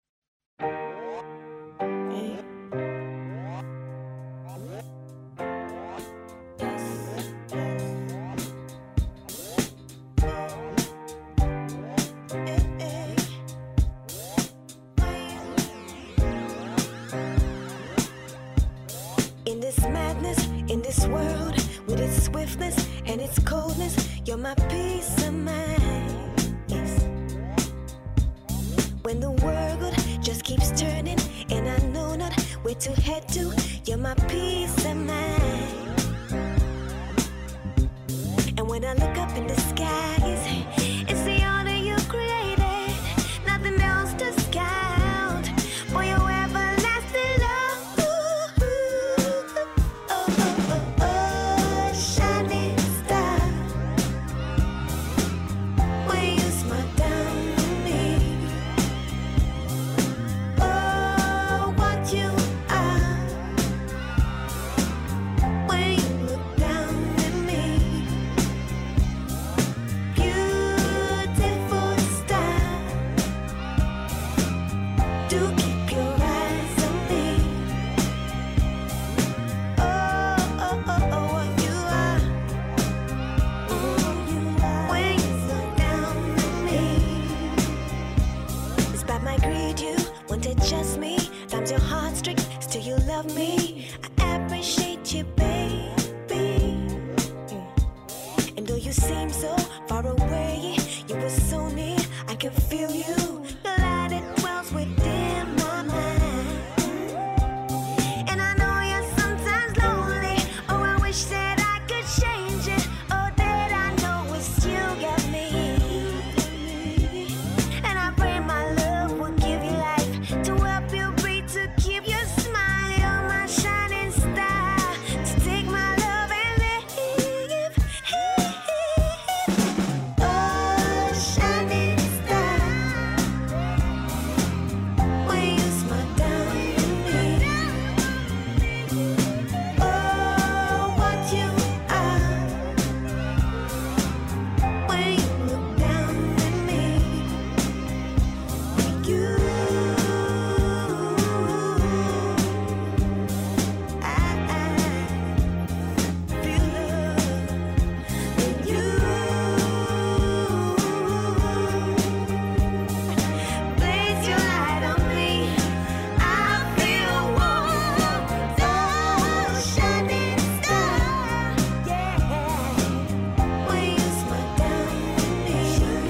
In this madness, in this world, with its swiftness and its coldness, you're my peace of mind. Yes. When the world just keeps turning and I know not where to head to, you're my peace of mind. And when I look up in the skies, it's the honor you created, nothing else to scout for your everlasting love. Ooh, ooh, oh, oh, oh, oh, shining star, will you smile down on me? Oh, what you are, will you look down at me? Beautiful star, do keep your eyes on me. Oh, oh, oh, oh, what you are, mm, you are. When you look down at me, despite my greed, you wanted just me. Times your heart strict, still you love me. I appreciate you, baby. And though you seem so far away, you were so near, I can feel you. The light that dwells within my mind. And I know you're sometimes lonely. Oh, I wish that I could change it. Oh, that I know it's you got me. And I pray my love will give you life, to help you breathe, to keep your smile. You're my shining star, to take my love and live. Oh, shining star, will you smile down at me? Oh, what you are, will you look down at me? You, I, I feel love when you place your light on me. I feel warm, oh, shining star, yeah. Will you smile down at me?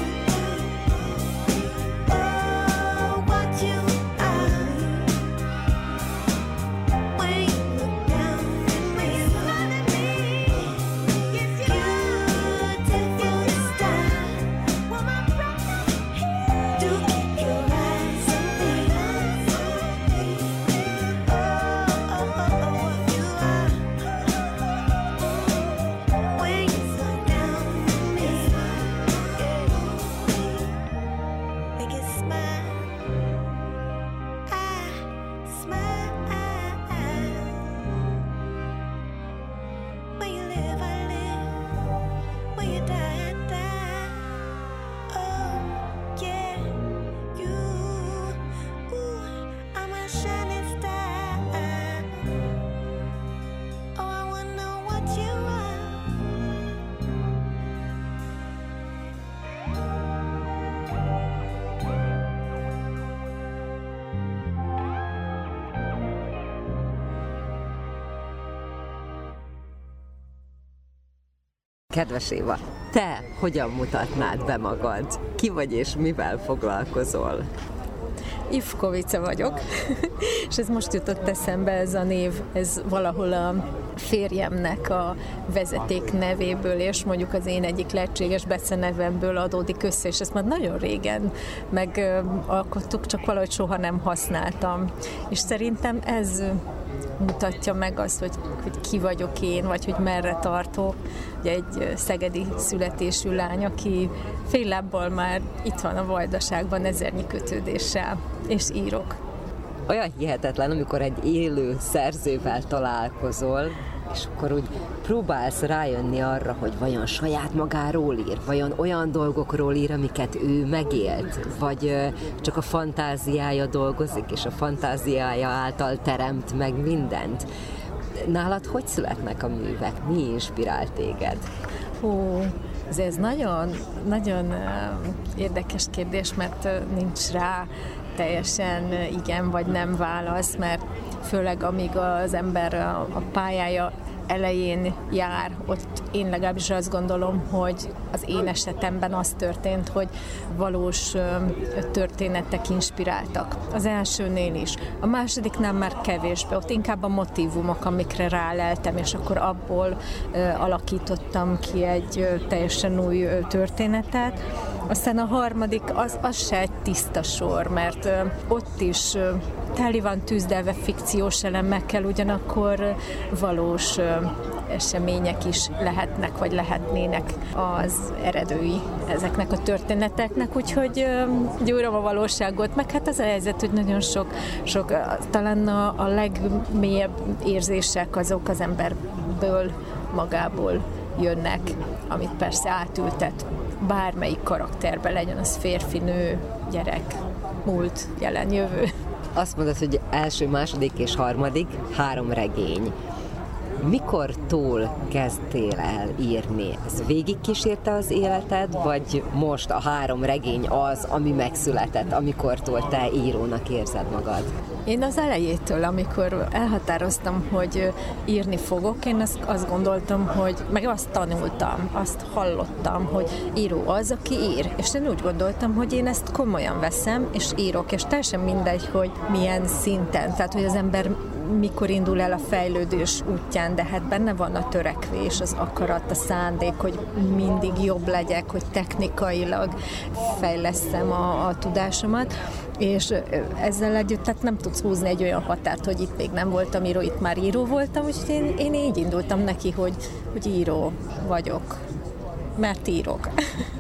Oh, what you are, will you look down at me? Beautiful star, do keep your eyes on me. Oh, oh, oh, oh, what you are, will you slow down at me? Make it smile, I smile. When you live, I live. When you die, I die. Oh, yeah, you, ooh, I'm a shining star. Oh, I wanna know what you are. Kedves Éva, te hogyan mutatnád be magad? Ki vagy és mivel foglalkozol? Ivkovica vagyok, és ez most jutott eszembe, ez a név, ez valahol a férjemnek a vezeték nevéből, és mondjuk az én egyik lehetséges becenevemből adódik össze, és ezt már nagyon régen megalkottuk, csak valahogy soha nem használtam. És szerintem ez mutatja meg azt, hogy, hogy ki vagyok én, vagy hogy merre tartok. Ugye egy szegedi születésű lány, aki fél lábbal már itt van a Vajdaságban ezernyi kötődéssel, és írok. Olyan hihetetlen, amikor egy élő szerzővel találkozol, és akkor úgy próbálsz rájönni arra, hogy vajon saját magáról ír, vajon olyan dolgokról ír, amiket ő megélt, vagy csak a fantáziája dolgozik, és a fantáziája által teremt meg mindent. Nálad hogy születnek a művek? Mi inspirál téged? Hú, ez nagyon, nagyon érdekes kérdés, mert nincs rá teljesen igen vagy nem válasz, mert főleg amíg az ember a pályája elején jár, ott én legalábbis azt gondolom, hogy az én esetemben az történt, hogy valós történetek inspiráltak. Az elsőnél is. A másodiknál már kevésbé, ott inkább a motívumok, amikre ráleltem, és akkor abból alakítottam ki egy teljesen új történetet. Aztán a harmadik, az, az se egy tiszta sor, mert ott is teli van tűzdelve fikciós elemekkel, ugyanakkor valós események is lehetnek, vagy lehetnének az eredői ezeknek a történeteknek, úgyhogy gyúrom a valóságot, meg hát az a helyzet, hogy nagyon sok, sok talán a, a legmélyebb érzések azok az emberből magából jönnek, amit persze átültet bármelyik karakterbe, legyen az férfi, nő, gyerek, múlt, jelen, jövő. Azt mondod, hogy első, második és harmadik, három regény. Mikortól kezdtél el írni? Ez végigkísérte az életed, vagy most a három regény az, ami megszületett, amikortól te írónak érzed magad? Én az elejétől, amikor elhatároztam, hogy írni fogok, én azt, azt gondoltam, hogy meg azt tanultam, azt hallottam, hogy író az, aki ír. És én úgy gondoltam, hogy én ezt komolyan veszem, és írok, és teljesen mindegy, hogy milyen szinten. Tehát, hogy az ember mikor indul el a fejlődés útján, de hát benne van a törekvés, az akarat, a szándék, hogy mindig jobb legyek, hogy technikailag fejlesszem a, a tudásomat, és ezzel együtt tehát nem tudsz húzni egy olyan határt, hogy itt még nem voltam író, itt már író voltam, úgyhogy én, én így indultam neki, hogy, hogy író vagyok, mert írok.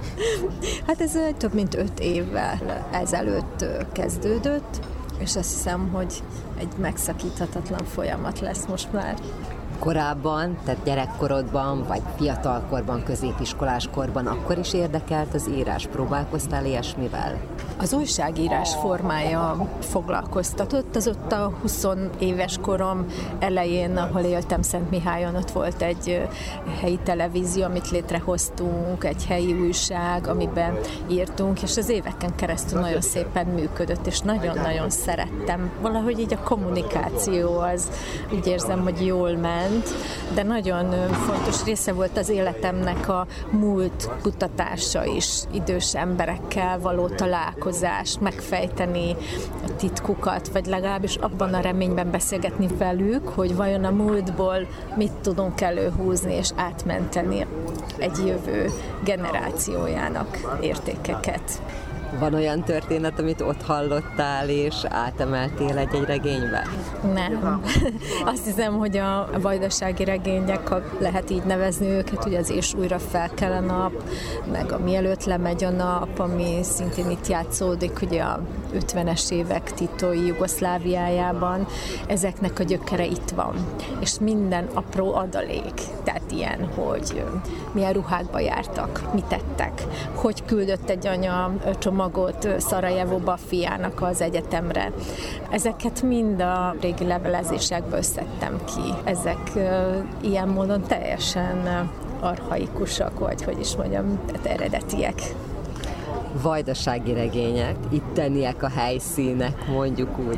Hát ez több mint öt évvel ezelőtt kezdődött, és azt hiszem, hogy egy megszakíthatatlan folyamat lesz most már. Korábban, tehát gyerekkorodban, vagy fiatalkorban, középiskolás korban akkor is érdekelt az írás? Próbálkoztál ilyesmivel? Az újságírás formája foglalkoztatott, az ott a húsz éves korom elején, ahol éltem Szentmihályon, ott volt egy helyi televízió, amit létrehoztunk, egy helyi újság, amiben írtunk, és az éveken keresztül nagyon szépen működött, és nagyon-nagyon szerettem. Valahogy így a kommunikáció az, úgy érzem, hogy jól ment, de nagyon fontos része volt az életemnek a múlt kutatása is, idős emberekkel való találkozás, megfejteni a titkukat, vagy legalábbis abban a reményben beszélgetni velük, hogy vajon a múltból mit tudunk előhúzni és átmenteni egy jövő generációjának értékeket. Van olyan történet, amit ott hallottál, és átemeltél egy-egy regénybe? Nem. Azt hiszem, hogy a vajdasági regények, ha lehet így nevezni őket, ugye az És újra fel kell a nap, meg a Mielőtt lemegy a nap, ami szintén itt játszódik, ugye a ötvenes évek titói Jugoszláviájában, ezeknek a gyökere itt van. És minden apró adalék, tehát ilyen, hogy milyen ruhákba jártak, mit tettek, hogy küldött egy anya csomagot Szarajevóba a fiának az egyetemre. Ezeket mind a régi levelezésekből szedtem ki. Ezek uh, ilyen módon teljesen archaikusak, vagy hogy is mondjam, eredetiek. Vajdasági regények, itteniek a helyszínek, mondjuk úgy.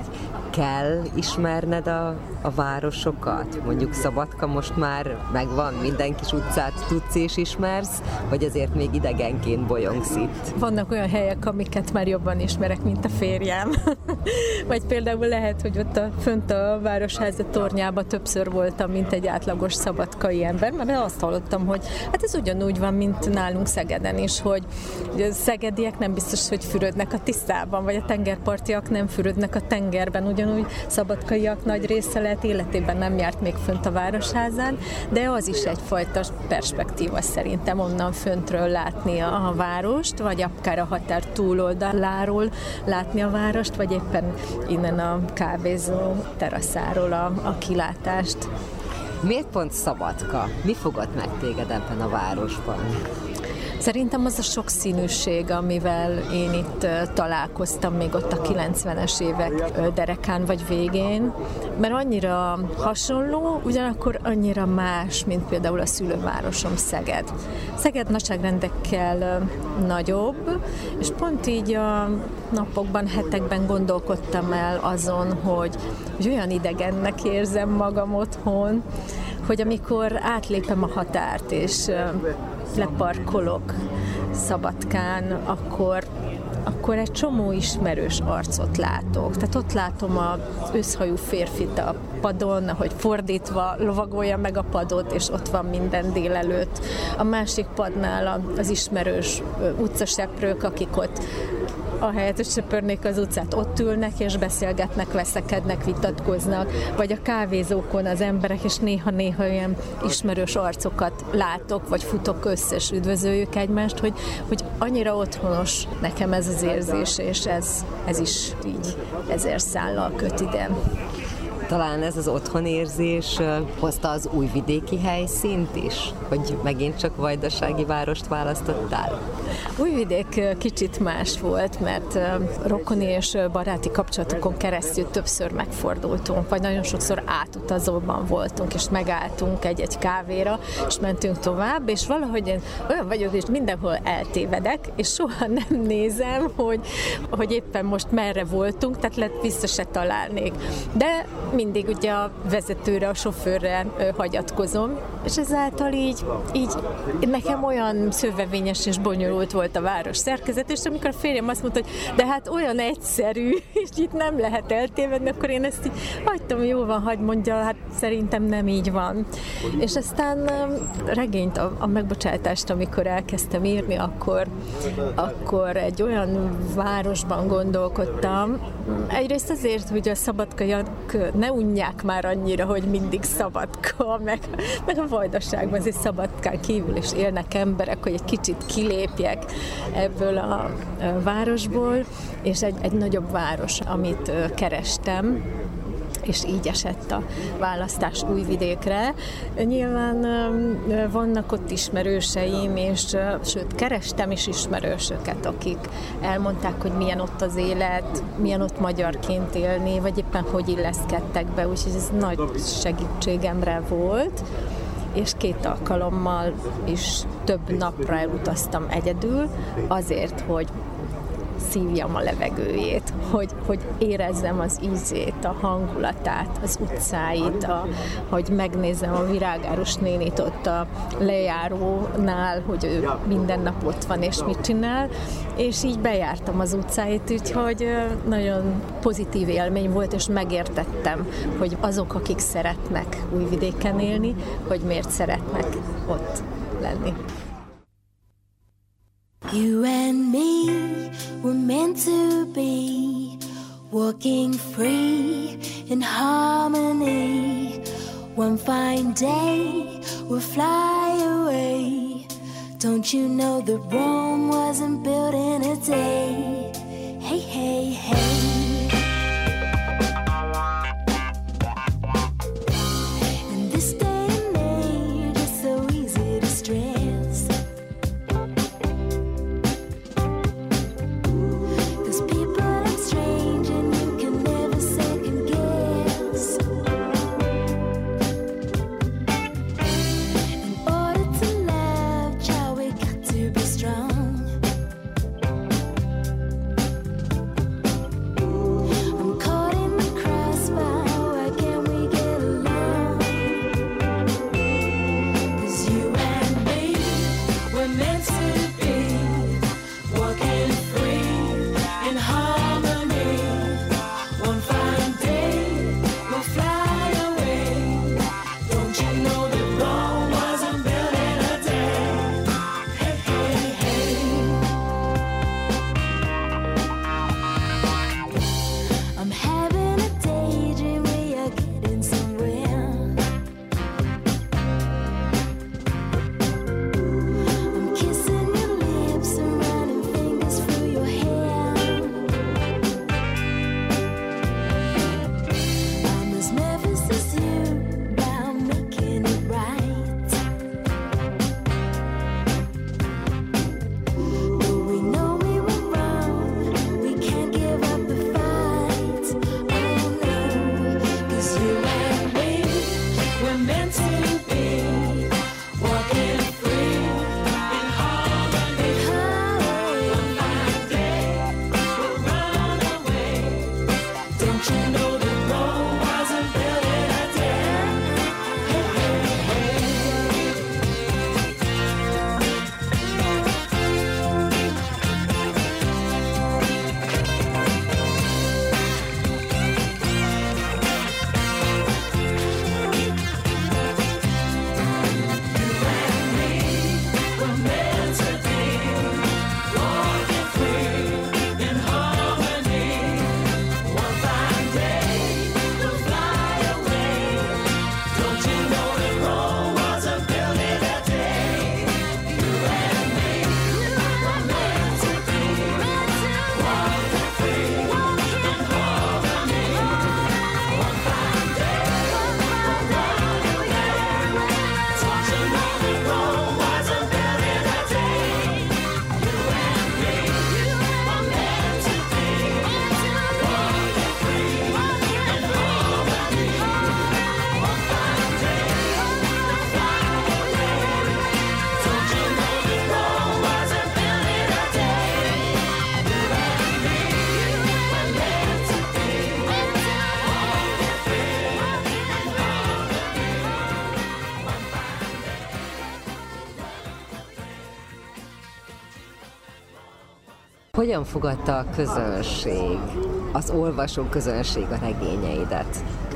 kell ismerned a, a városokat? Mondjuk Szabadka most már megvan, minden kis utcát tudsz és ismersz, vagy azért még idegenként bolyongsz itt? Vannak olyan helyek, amiket már jobban ismerek, mint a férjem. Vagy például lehet, hogy ott a, fönt a Városháza tornyában többször voltam, mint egy átlagos szabadkai ember, mert azt hallottam, hogy hát ez ugyanúgy van, mint nálunk Szegeden is, hogy a szegediek nem biztos, hogy fürödnek a Tiszában, vagy a tengerpartiak nem fürödnek a tengerben, ugyanúgy szabadkaiak nagy része lehet életében nem járt még fönt a Városházán, de az is egyfajta perspektíva szerintem onnan föntről látni a, a várost, vagy akár a határ túloldaláról látni a várost, vagy éppen innen a kávézó teraszáról a, a kilátást. Miért pont Szabadka? Mi fogott meg téged ebben a városban? Szerintem az a sokszínűség, amivel én itt találkoztam még ott a kilencvenes évek derekán vagy végén, mert annyira hasonló, ugyanakkor annyira más, mint például a szülővárosom Szeged. Szeged nagyságrendekkel nagyobb, és pont így a napokban, hetekben gondolkodtam el azon, hogy, hogy olyan idegennek érzem magam otthon, hogy amikor átlépem a határt, és leparkolok Szabadkán, akkor, akkor egy csomó ismerős arcot látok. Tehát ott látom az őszhajú férfit a padon, ahogy fordítva lovagolja meg a padot, és ott van minden délelőtt. A másik padnál az ismerős utcaseprők, akik ott ahelyett, hogy söpörnék az utcát, ott ülnek és beszélgetnek, veszekednek, vitatkoznak, vagy a kávézókon az emberek, és néha-néha ilyen ismerős arcokat látok, vagy futok össze, és üdvözöljük egymást, hogy, hogy annyira otthonos nekem ez az érzés, és ez, ez is így ezer szállal köt ide. Talán ez az otthonérzés hozta az újvidéki helyszínt is, hogy megint csak vajdasági várost választottál? Újvidék kicsit más volt, mert rokoni és baráti kapcsolatokon keresztül többször megfordultunk, vagy nagyon sokszor átutazóban voltunk, és megálltunk egy-egy kávéra, és mentünk tovább, és valahogy én olyan vagyok, és mindenhol eltévedek, és soha nem nézem, hogy, hogy éppen most merre voltunk, tehát lehet vissza se találnék. De mindig ugye a vezetőre, a sofőrre ö, hagyatkozom, és ezáltal így, így nekem olyan szövevényes és bonyolult volt a város szerkezet, és amikor a férjem azt mondta, hogy de hát olyan egyszerű, és itt nem lehet eltévedni, akkor én ezt így hagytam, jó van, hagyd mondja, hát szerintem nem így van. És aztán regényt, a, a megbocsátást, amikor elkezdtem írni, akkor, akkor egy olyan városban gondolkodtam, egyrészt azért, hogy a szabadkaiak ne unják már annyira, hogy mindig Szabadka, meg, meg a Vajdaságban azért Szabadkán kívül is élnek emberek, hogy egy kicsit kilépjek ebből a városból, és egy, egy nagyobb város, amit kerestem, és így esett a választás Újvidékre. Nyilván vannak ott ismerőseim, és sőt, kerestem is ismerősöket, akik elmondták, hogy milyen ott az élet, milyen ott magyarként élni, vagy éppen hogy illeszkedtek be, úgyhogy ez nagy segítségemre volt. És két alkalommal is több napra elutaztam egyedül, azért, hogy szívjam a levegőjét, hogy, hogy érezzem az ízét, a hangulatát, az utcáit, a, hogy megnézem a virágárus nénit ott a lejárónál, hogy ő minden nap ott van és mit csinál, és így bejártam az utcáit, úgyhogy nagyon pozitív élmény volt, és megértettem, hogy azok, akik szeretnek Újvidéken élni, hogy miért szeretnek ott lenni. You and me were meant to be, walking free in harmony. One fine day we'll fly away. Don't you know that Rome wasn't built in a day? Hey, hey, hey. Hogyan fogadta a közönség, az olvasó közönség a regényeidet?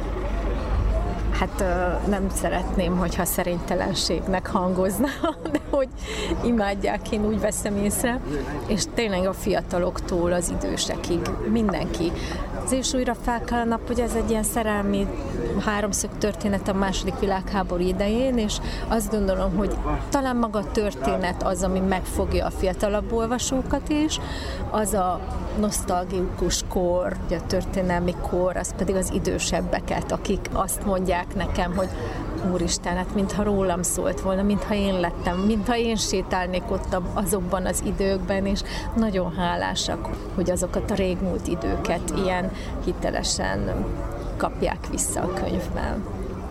Hát nem szeretném, hogyha szerénytelenségnek hangozna, de hogy imádják, én úgy veszem észre, és tényleg a fiataloktól az idősekig mindenki. Az és újra felkel a nap, hogy ez egy ilyen szerelmi háromszög történet a második világháború idején, és azt gondolom, hogy talán maga a történet az, ami megfogja a fiatalabb olvasókat is, az a nosztalgikus kor, ugye a történelmi kor, az pedig az idősebbeket, akik azt mondják nekem, hogy úristen, hát mintha rólam szólt volna, mintha én lettem, mintha én sétálnék ott azokban az időkben, és nagyon hálásak, hogy azokat a régmúlt időket ilyen hitelesen kapják vissza a könyvben.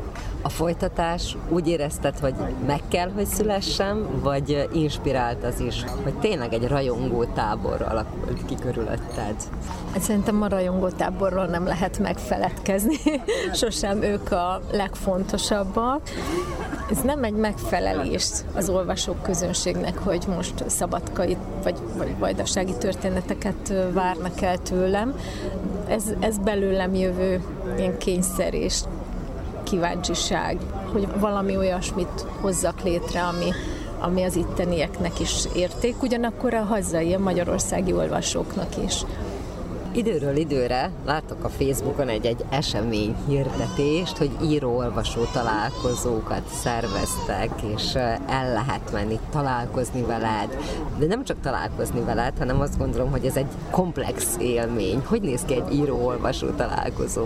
A folytatás úgy érezted, hogy meg kell, hogy szülessen, vagy inspirált az is, hogy tényleg egy rajongó tábor alakult ki körülötted? Hát szerintem a rajongó táborról nem lehet megfeledkezni. Sosem ők a legfontosabbak. Ez nem egy megfelelés az olvasók közönségnek, hogy most szabadkai vagy, vagy vajdasági történeteket várnak el tőlem. Ez, ez belőlem jövő ilyen kényszer és kíváncsiság, hogy valami olyasmit hozzak létre, ami, ami az ittenieknek is érték, ugyanakkor a hazai, a magyarországi olvasóknak is. Időről időre látok a Facebookon egy-egy esemény hirdetést, hogy író-olvasó találkozókat szerveztek, és el lehet menni találkozni veled. De nem csak találkozni veled, hanem azt gondolom, hogy ez egy komplex élmény. Hogy néz ki egy író-olvasó találkozó?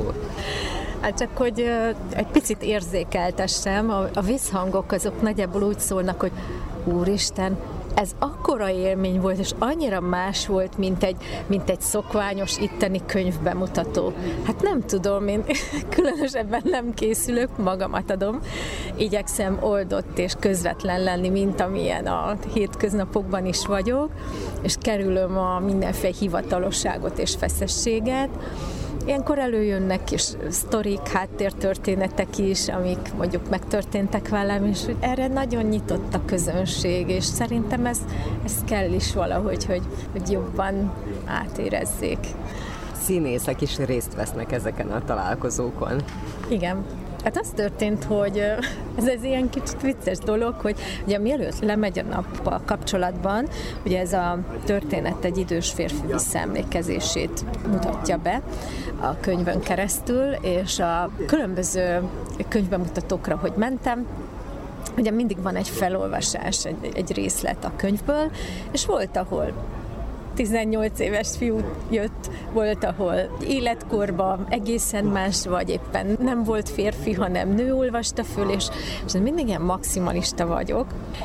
Hát csak, hogy egy picit érzékeltessem, a, a visszhangok azok nagyjából úgy szólnak, hogy úristen, ez akkora élmény volt, és annyira más volt, mint egy, mint egy szokványos itteni könyvbemutató. Hát nem tudom, én különösebben nem készülök, magamat adom. Igyekszem oldott és közvetlen lenni, mint amilyen a hétköznapokban is vagyok, és kerülöm a mindenféle hivatalosságot és feszességet. Ilyenkor előjönnek kis sztorik, háttértörténetek is, amik mondjuk megtörténtek velem, és erre nagyon nyitott a közönség, és szerintem ez, ez kell is valahogy, hogy, hogy jobban átérezzék. Színészek is részt vesznek ezeken a találkozókon. Igen. Hát az történt, hogy ez, ez ilyen kicsit vicces dolog, hogy ugye mielőtt lemegy a nappal kapcsolatban, ugye ez a történet egy idős férfi visszaemlékezését mutatja be a könyvön keresztül, és a különböző könyvbemutatókra, hogy mentem, ugye mindig van egy felolvasás, egy, egy részlet a könyvből, és volt, ahol tizennyolc éves fiú jött, volt, ahol életkorban egészen más, vagy éppen nem volt férfi, hanem nő olvasta föl, és, és mindig ilyen maximalista vagyok,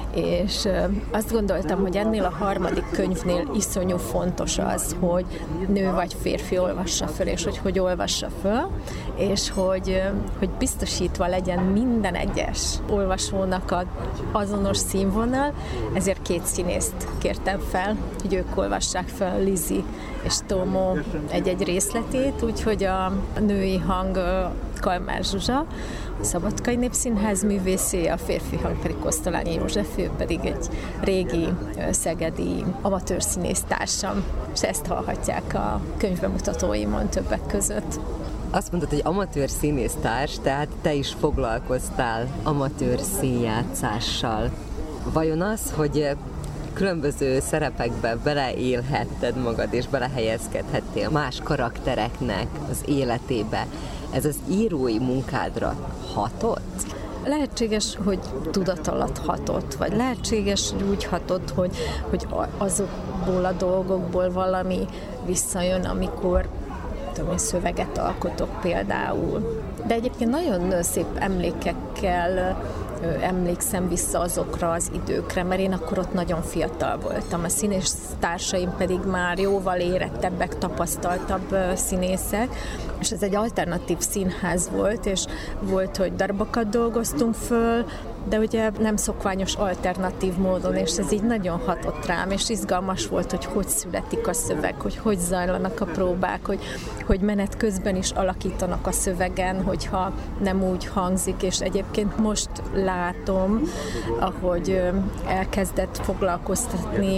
és azt gondoltam, hogy ennél a harmadik könyvnél iszonyú fontos az, hogy nő vagy férfi olvassa föl, és hogy hogy olvassa föl, és hogy, hogy biztosítva legyen minden egyes olvasónak az azonos színvonal, ezért két színészt kértem fel, hogy ők olvassák fel Lizi és Tomó egy-egy részletét, úgyhogy a női hang Kalmár Zsuzsa, a Szabadkai Népszínház művészé, a férfi hang pedig Kosztolányi József, ő pedig egy régi szegedi amatőr színésztársam, és ezt hallhatják a könyvbemutatóimon többek között. Azt mondod, hogy amatőr színésztárs, tehát te is foglalkoztál amatőr színjátszással. Vajon az, hogy különböző szerepekbe beleélhetted magad, és belehelyezkedhettél más karaktereknek az életébe, ez az írói munkádra hatott? Lehetséges, hogy tudat alatt hatott, vagy lehetséges, hogy úgy hatott, hogy, hogy azokból a dolgokból valami visszajön, amikor tudom, szöveget alkotok például. De egyébként nagyon szép emlékekkel emlékszem vissza azokra az időkre, mert én akkor ott nagyon fiatal voltam. A színész társaim pedig már jóval érettebbek, tapasztaltabb színészek, és ez egy alternatív színház volt, és volt, hogy darabokat dolgoztunk föl, de ugye nem szokványos alternatív módon, és ez így nagyon hatott rám, és izgalmas volt, hogy hogy születik a szöveg, hogy hogy zajlanak a próbák, hogy, hogy menet közben is alakítanak a szövegen, hogyha nem úgy hangzik, és egyébként most látom, ahogy elkezdett foglalkoztatni,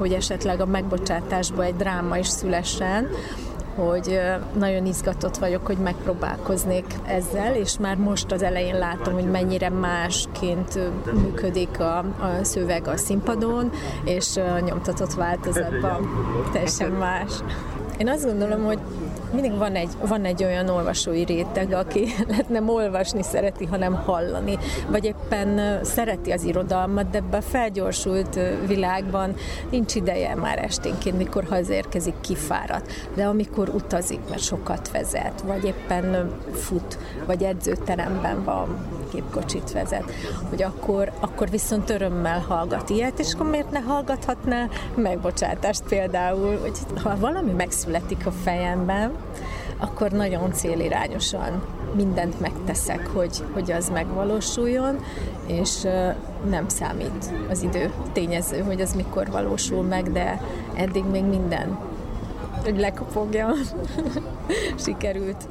hogy esetleg a megbocsátásba egy dráma is szülessen, hogy nagyon izgatott vagyok, hogy megpróbálkoznék ezzel, és már most az elején látom, hogy mennyire másként működik a, a szöveg a színpadon, és a nyomtatott változatban teljesen más. Én azt gondolom, hogy mindig van egy, van egy olyan olvasói réteg, aki nem olvasni szereti, hanem hallani, vagy éppen szereti az irodalmat, de ebben a felgyorsult világban nincs ideje már esténként, mikor hazérkezik, kifáradt. De amikor utazik, mert sokat vezet, vagy éppen fut, vagy edzőteremben van, gépkocsit vezet, hogy akkor, akkor viszont örömmel hallgat ilyet, és akkor miért ne hallgathatná megbocsátást például, hogy ha valami megszületik a fejemben, akkor nagyon célirányosan mindent megteszek, hogy, hogy az megvalósuljon, és nem számít az idő tényező, hogy az mikor valósul meg, de eddig még minden, hogy lekopogja, sikerült.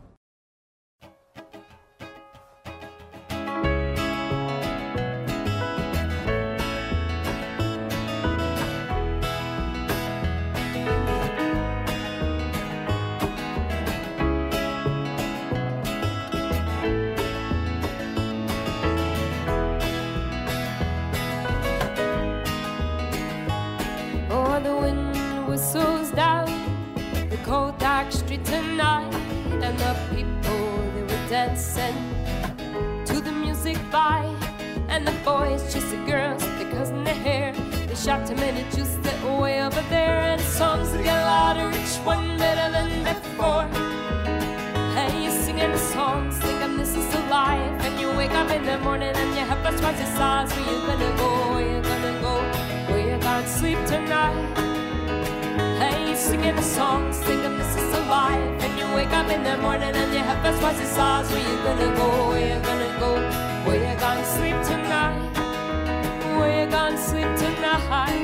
Shot him in a juice that way over there, and songs that get louder, each one better than before. Hey, you singing the songs, thinking this is a life, and you wake up in the morning and you have first twice the size. Where you gonna go? Where you gonna go? Where you gonna sleep tonight? Hey, you singing the songs, thinking this is a life, and you wake up in the morning and you have first twice the size. Where you gonna go? Where you gonna go? Where you gonna sleep tonight? Where you gonna sleep tonight?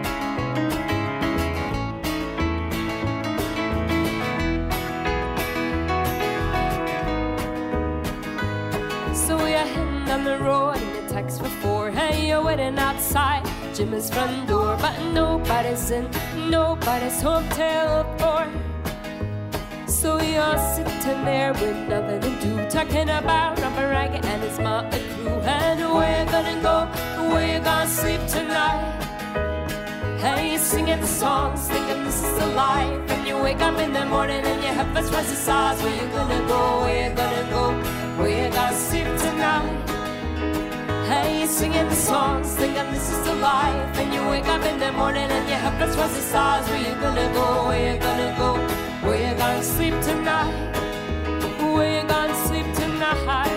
So we're heading on the road and the text for four. Hey, you're waiting outside Jimmy's front door, but nobody's in, nobody's home till four. So you're sitting there with nothing to do, talking about Robert Ragged and his motley crew. And where you gonna go? Where you gonna sleep tonight? Hey, you're singing the songs, thinking this is a life, and you wake up in the morning and you have first twice the size. Where you gonna go? Where you gonna go? Where you gonna sleep tonight? Hey, you're singing the songs, thinking this is a life, and you wake up in the morning and you have first twice the size. Where you gonna go? Where you gonna go? Where you gonna sleep tonight? Where you gonna sleep tonight?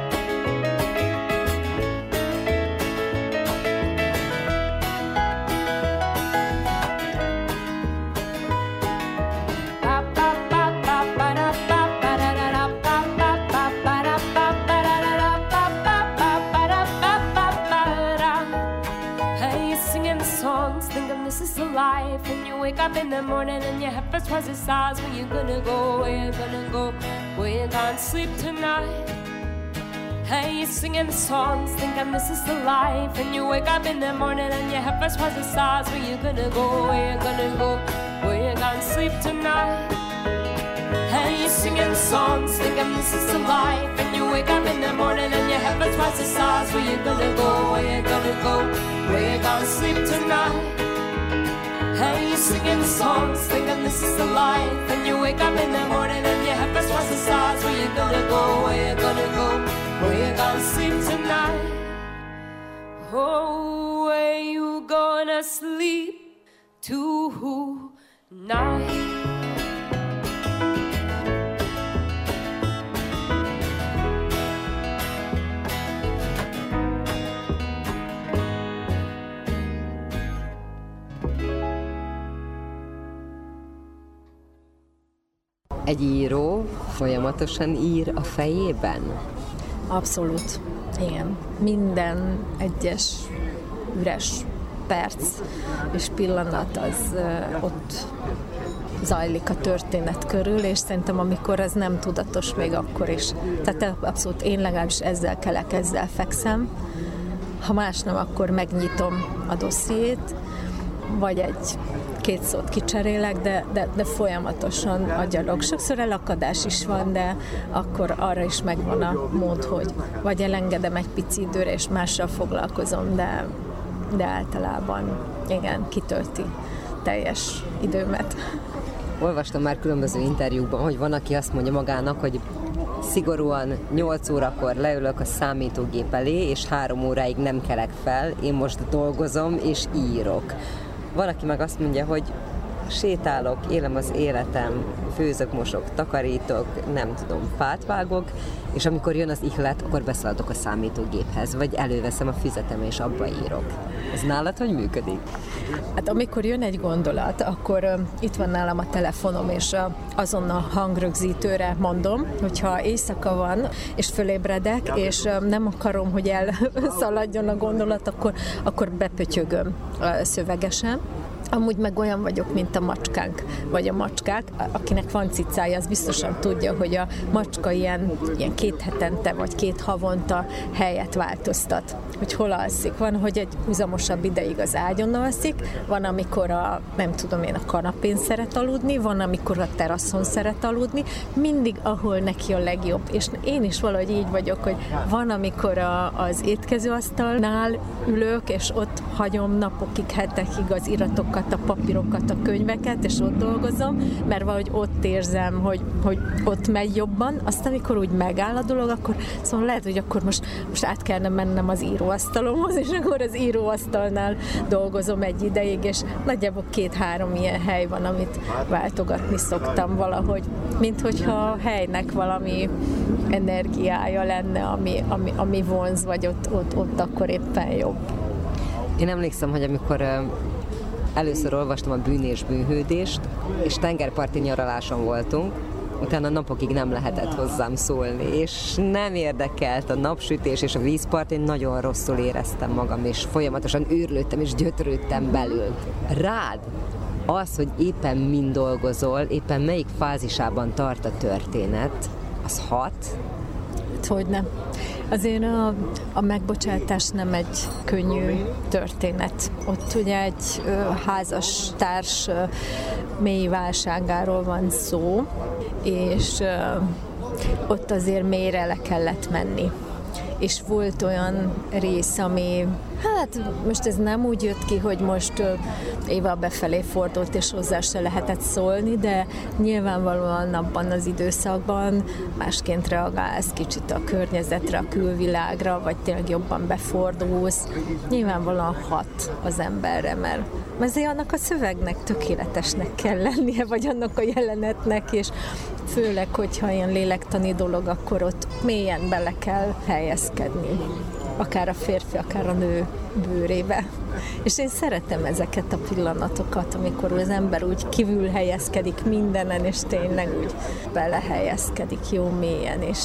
Life, and you wake up in the morning and your head first twice the size. Where you gonna go? Where you gonna go? Where you gonna sleep tonight? Hey, you're singing the songs, thinking this is the life, and you wake up in the morning and your head first twice the size. Where you gonna go? Where you gonna go? Where you gonna sleep tonight? Hey, you're singing the songs, thinking this is the life, and you wake up in the morning and your head first twice the size. Where you gonna go? Where you gonna go? Where you gonna sleep tonight? Hey, you're singing the songs, thinking this is the life, and you wake up in the morning and your head first twice the size. Where you gonna go? Where you gonna go? Where you gonna sleep tonight? Oh, where you gonna sleep tonight? Egy író folyamatosan ír a fejében? Abszolút, igen. Minden egyes üres perc és pillanat az uh, ott zajlik a történet körül, és szerintem amikor ez nem tudatos, még akkor is. Tehát abszolút én legalábbis ezzel kelek, ezzel fekszem. Ha más nem, akkor megnyitom a dossziét, vagy egy két szót kicserélek, de, de, de folyamatosan agyalok. Sokszor elakadás is van, de akkor arra is megvan a mód, hogy vagy elengedem egy pici időre, és mással foglalkozom, de, de általában igen, kitölti teljes időmet. Olvastam már különböző interjúkban, hogy van, aki azt mondja magának, hogy szigorúan nyolc órakor leülök a számítógép elé, és három óráig nem kelek fel, én most dolgozom és írok. Van, aki meg azt mondja, hogy sétálok, élem az életem, főzök, mosok, takarítok, nem tudom, fát vágok, és amikor jön az ihlet, akkor beszaladok a számítógéphez, vagy előveszem a füzetem és abba írok. Ez nálad hogy működik? Hát amikor jön egy gondolat, akkor uh, itt van nálam a telefonom, és uh, azon a hangrögzítőre mondom, hogyha éjszaka van, és fölébredek, és uh, nem akarom, hogy elszaladjon a gondolat, akkor, akkor bepötyögöm uh, szövegesen. Amúgy meg olyan vagyok, mint a macskánk, vagy a macskák. Akinek van cicája, az biztosan tudja, hogy a macska ilyen, ilyen két hetente, vagy két havonta helyet változtat, hogy hol alszik. Van, hogy egy húzamosabb ideig az ágyon alszik, van, amikor a, nem tudom én, a kanapén szeret aludni, van, amikor a teraszon szeret aludni, mindig, ahol neki a legjobb. És én is valahogy így vagyok, hogy van, amikor a, az étkezőasztalnál ülök, és ott hagyom napokig, hetekig az iratokat, a papírokat, a könyveket, és ott dolgozom, mert valahogy ott érzem, hogy, hogy ott megy jobban. Aztán, amikor úgy megáll a dolog, akkor szóval lehet, hogy akkor most, most át kellene mennem az íróasztalomhoz, és akkor az íróasztalnál dolgozom egy ideig, és nagyjából két-három ilyen hely van, amit váltogatni szoktam valahogy, mint hogyha a helynek valami energiája lenne, ami, ami, ami vonz, vagy ott, ott, ott akkor éppen jobb. Én emlékszem, hogy amikor először olvastam a Bűn és bűnhődést, és tengerparti nyaraláson voltunk, utána napokig nem lehetett hozzám szólni, és nem érdekelt a napsütés és a vízpart, én nagyon rosszul éreztem magam, és folyamatosan őrlődtem és gyötrődtem belül. Rád az, hogy éppen mind dolgozol, éppen melyik fázisában tart a történet, az hat? Hogyne. Azért a, a megbocsátás nem egy könnyű történet. Ott ugye egy ö, házas társ ö, mély válságáról van szó, és ö, ott azért mélyre le kellett menni. És volt olyan rész, ami, hát most ez nem úgy jött ki, hogy most Éva befelé fordult, és hozzá se lehetett szólni, de nyilvánvalóan abban az időszakban másként reagálsz kicsit a környezetre, a külvilágra, vagy tényleg jobban befordulsz. Nyilvánvalóan hat az emberre, mert ezért annak a szövegnek tökéletesnek kell lennie, vagy annak a jelenetnek, és főleg, hogyha ilyen lélektani dolog, akkor ott mélyen bele kell helyezkedni. Akár a férfi, akár a nő bőrébe. És én szeretem ezeket a pillanatokat, amikor az ember úgy kívül helyezkedik mindenen, és tényleg úgy belehelyezkedik jó mélyen, és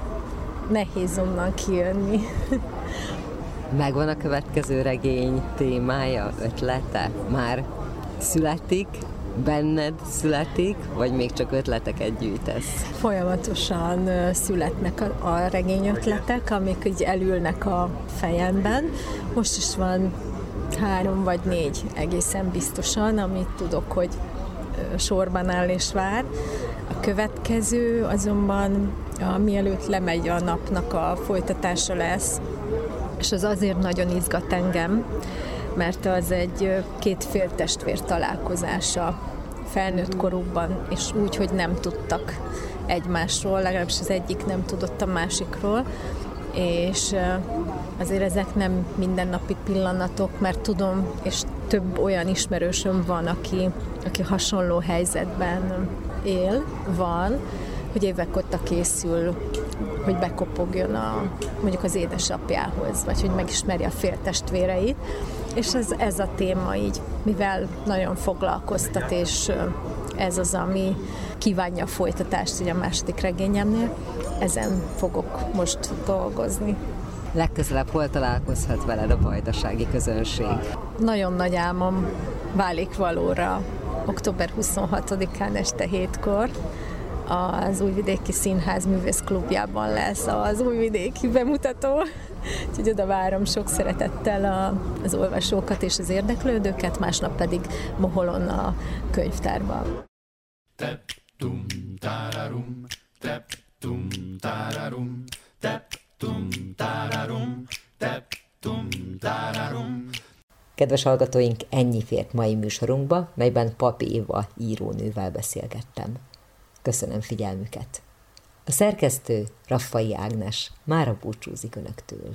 nehéz onnan kijönni. Megvan a következő regény témája, ötlete? Már születik? Benned születik, vagy még csak ötleteket gyűjtesz? Folyamatosan születnek a, a regényötletek, amik így elülnek a fejemben. Most is van három vagy négy egészen biztosan, amit tudok, hogy sorban áll és vár. A következő azonban, a, mielőtt lemegy a napnak a folytatása lesz, és az azért nagyon izgat engem, mert az egy két féltestvér találkozása felnőtt korukban, és úgy, hogy nem tudtak egymásról, legalábbis az egyik nem tudott a másikról, és azért ezek nem mindennapi pillanatok, mert tudom, és több olyan ismerősöm van, aki, aki hasonló helyzetben él, van, hogy évek óta készül, hogy bekopogjon a, mondjuk az édesapjához, vagy hogy megismerje a féltestvéreit, és ez, ez a téma így, mivel nagyon foglalkoztat, és ez az, ami kívánja a folytatást így a második regényemnél, ezen fogok most dolgozni. Legközelebb hol találkozhat veled a vajdasági közönség? Nagyon nagy álmom válik valóra október huszonhatodikán este hétkor. Az Újvidéki Színház Művészklubjában lesz az újvidéki bemutató. Úgyhogy oda várom sok szeretettel a, az olvasókat és az érdeklődőket, másnap pedig Moholon a könyvtárban. Tep tum tararum, tep tum tararum, tep tum tararum, tep tum tararum. Kedves hallgatóink, ennyi fért mai műsorunkba, melyben Papi Éva írónővel beszélgettem. Köszönöm figyelmüket! A szerkesztő, Raffai Ágnes, mára búcsúzik önöktől.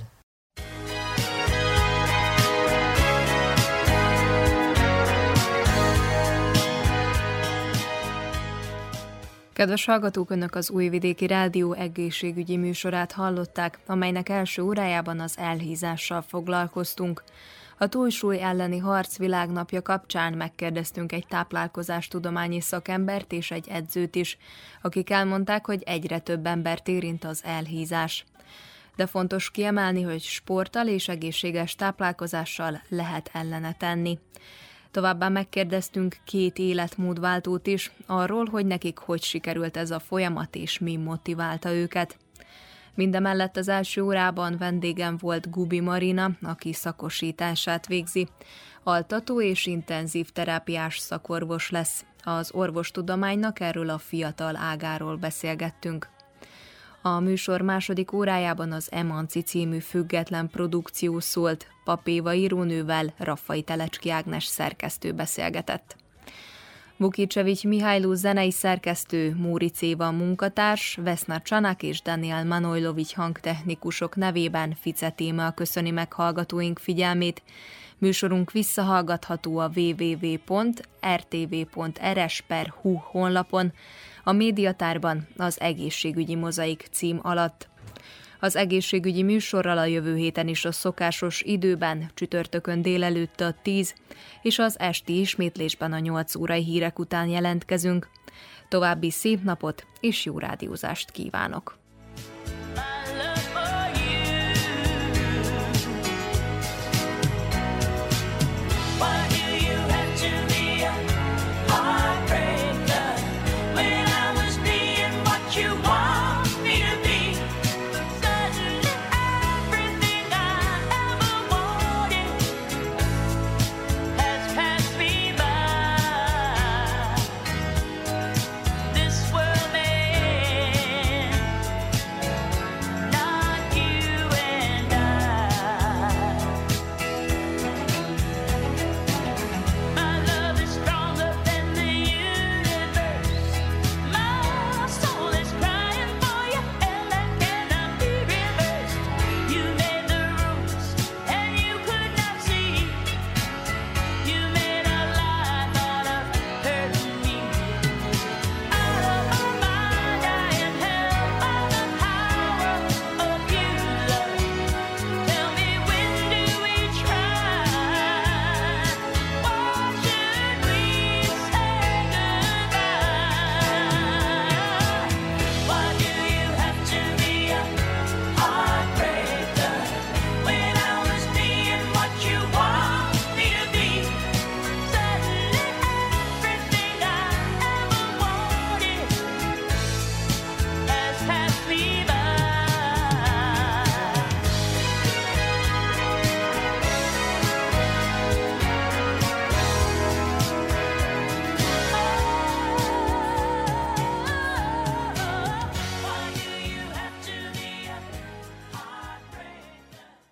Kedves hallgatók, önök az Újvidéki Rádió egészségügyi műsorát hallották, amelynek első órájában az elhízással foglalkoztunk. A túlsúly elleni harc világnapja kapcsán megkérdeztünk egy táplálkozástudományi szakembert és egy edzőt is, akik elmondták, hogy egyre több embert érint az elhízás. De fontos kiemelni, hogy sporttal és egészséges táplálkozással lehet ellene tenni. Továbbá megkérdeztünk két életmódváltót is, arról, hogy nekik hogy sikerült ez a folyamat és mi motiválta őket. Mindemellett az első órában vendégem volt Gubi Marina, aki szakosítását végzi. Altató és intenzív terápiás szakorvos lesz. Az orvostudománynak erről a fiatal ágáról beszélgettünk. A műsor második órájában az Emanci című független produkció szólt. Papi Éva írónővel Raffai Telecski Ágnes szerkesztő beszélgetett. Vukicevics Mihályló zenei szerkesztő, Móric Éva munkatárs, Veszna Csanak és Daniel Manojlovics hangtechnikusok nevében Fice Téma köszöni meg hallgatóink figyelmét. Műsorunk visszahallgatható a double-u double-u double-u pont r t v pont r s pont h u honlapon, a médiatárban az egészségügyi mozaik cím alatt. Az egészségügyi műsorral a jövő héten is a szokásos időben, csütörtökön délelőtt a tíz, és az esti ismétlésben a nyolc órai hírek után jelentkezünk. További szép napot és jó rádiózást kívánok!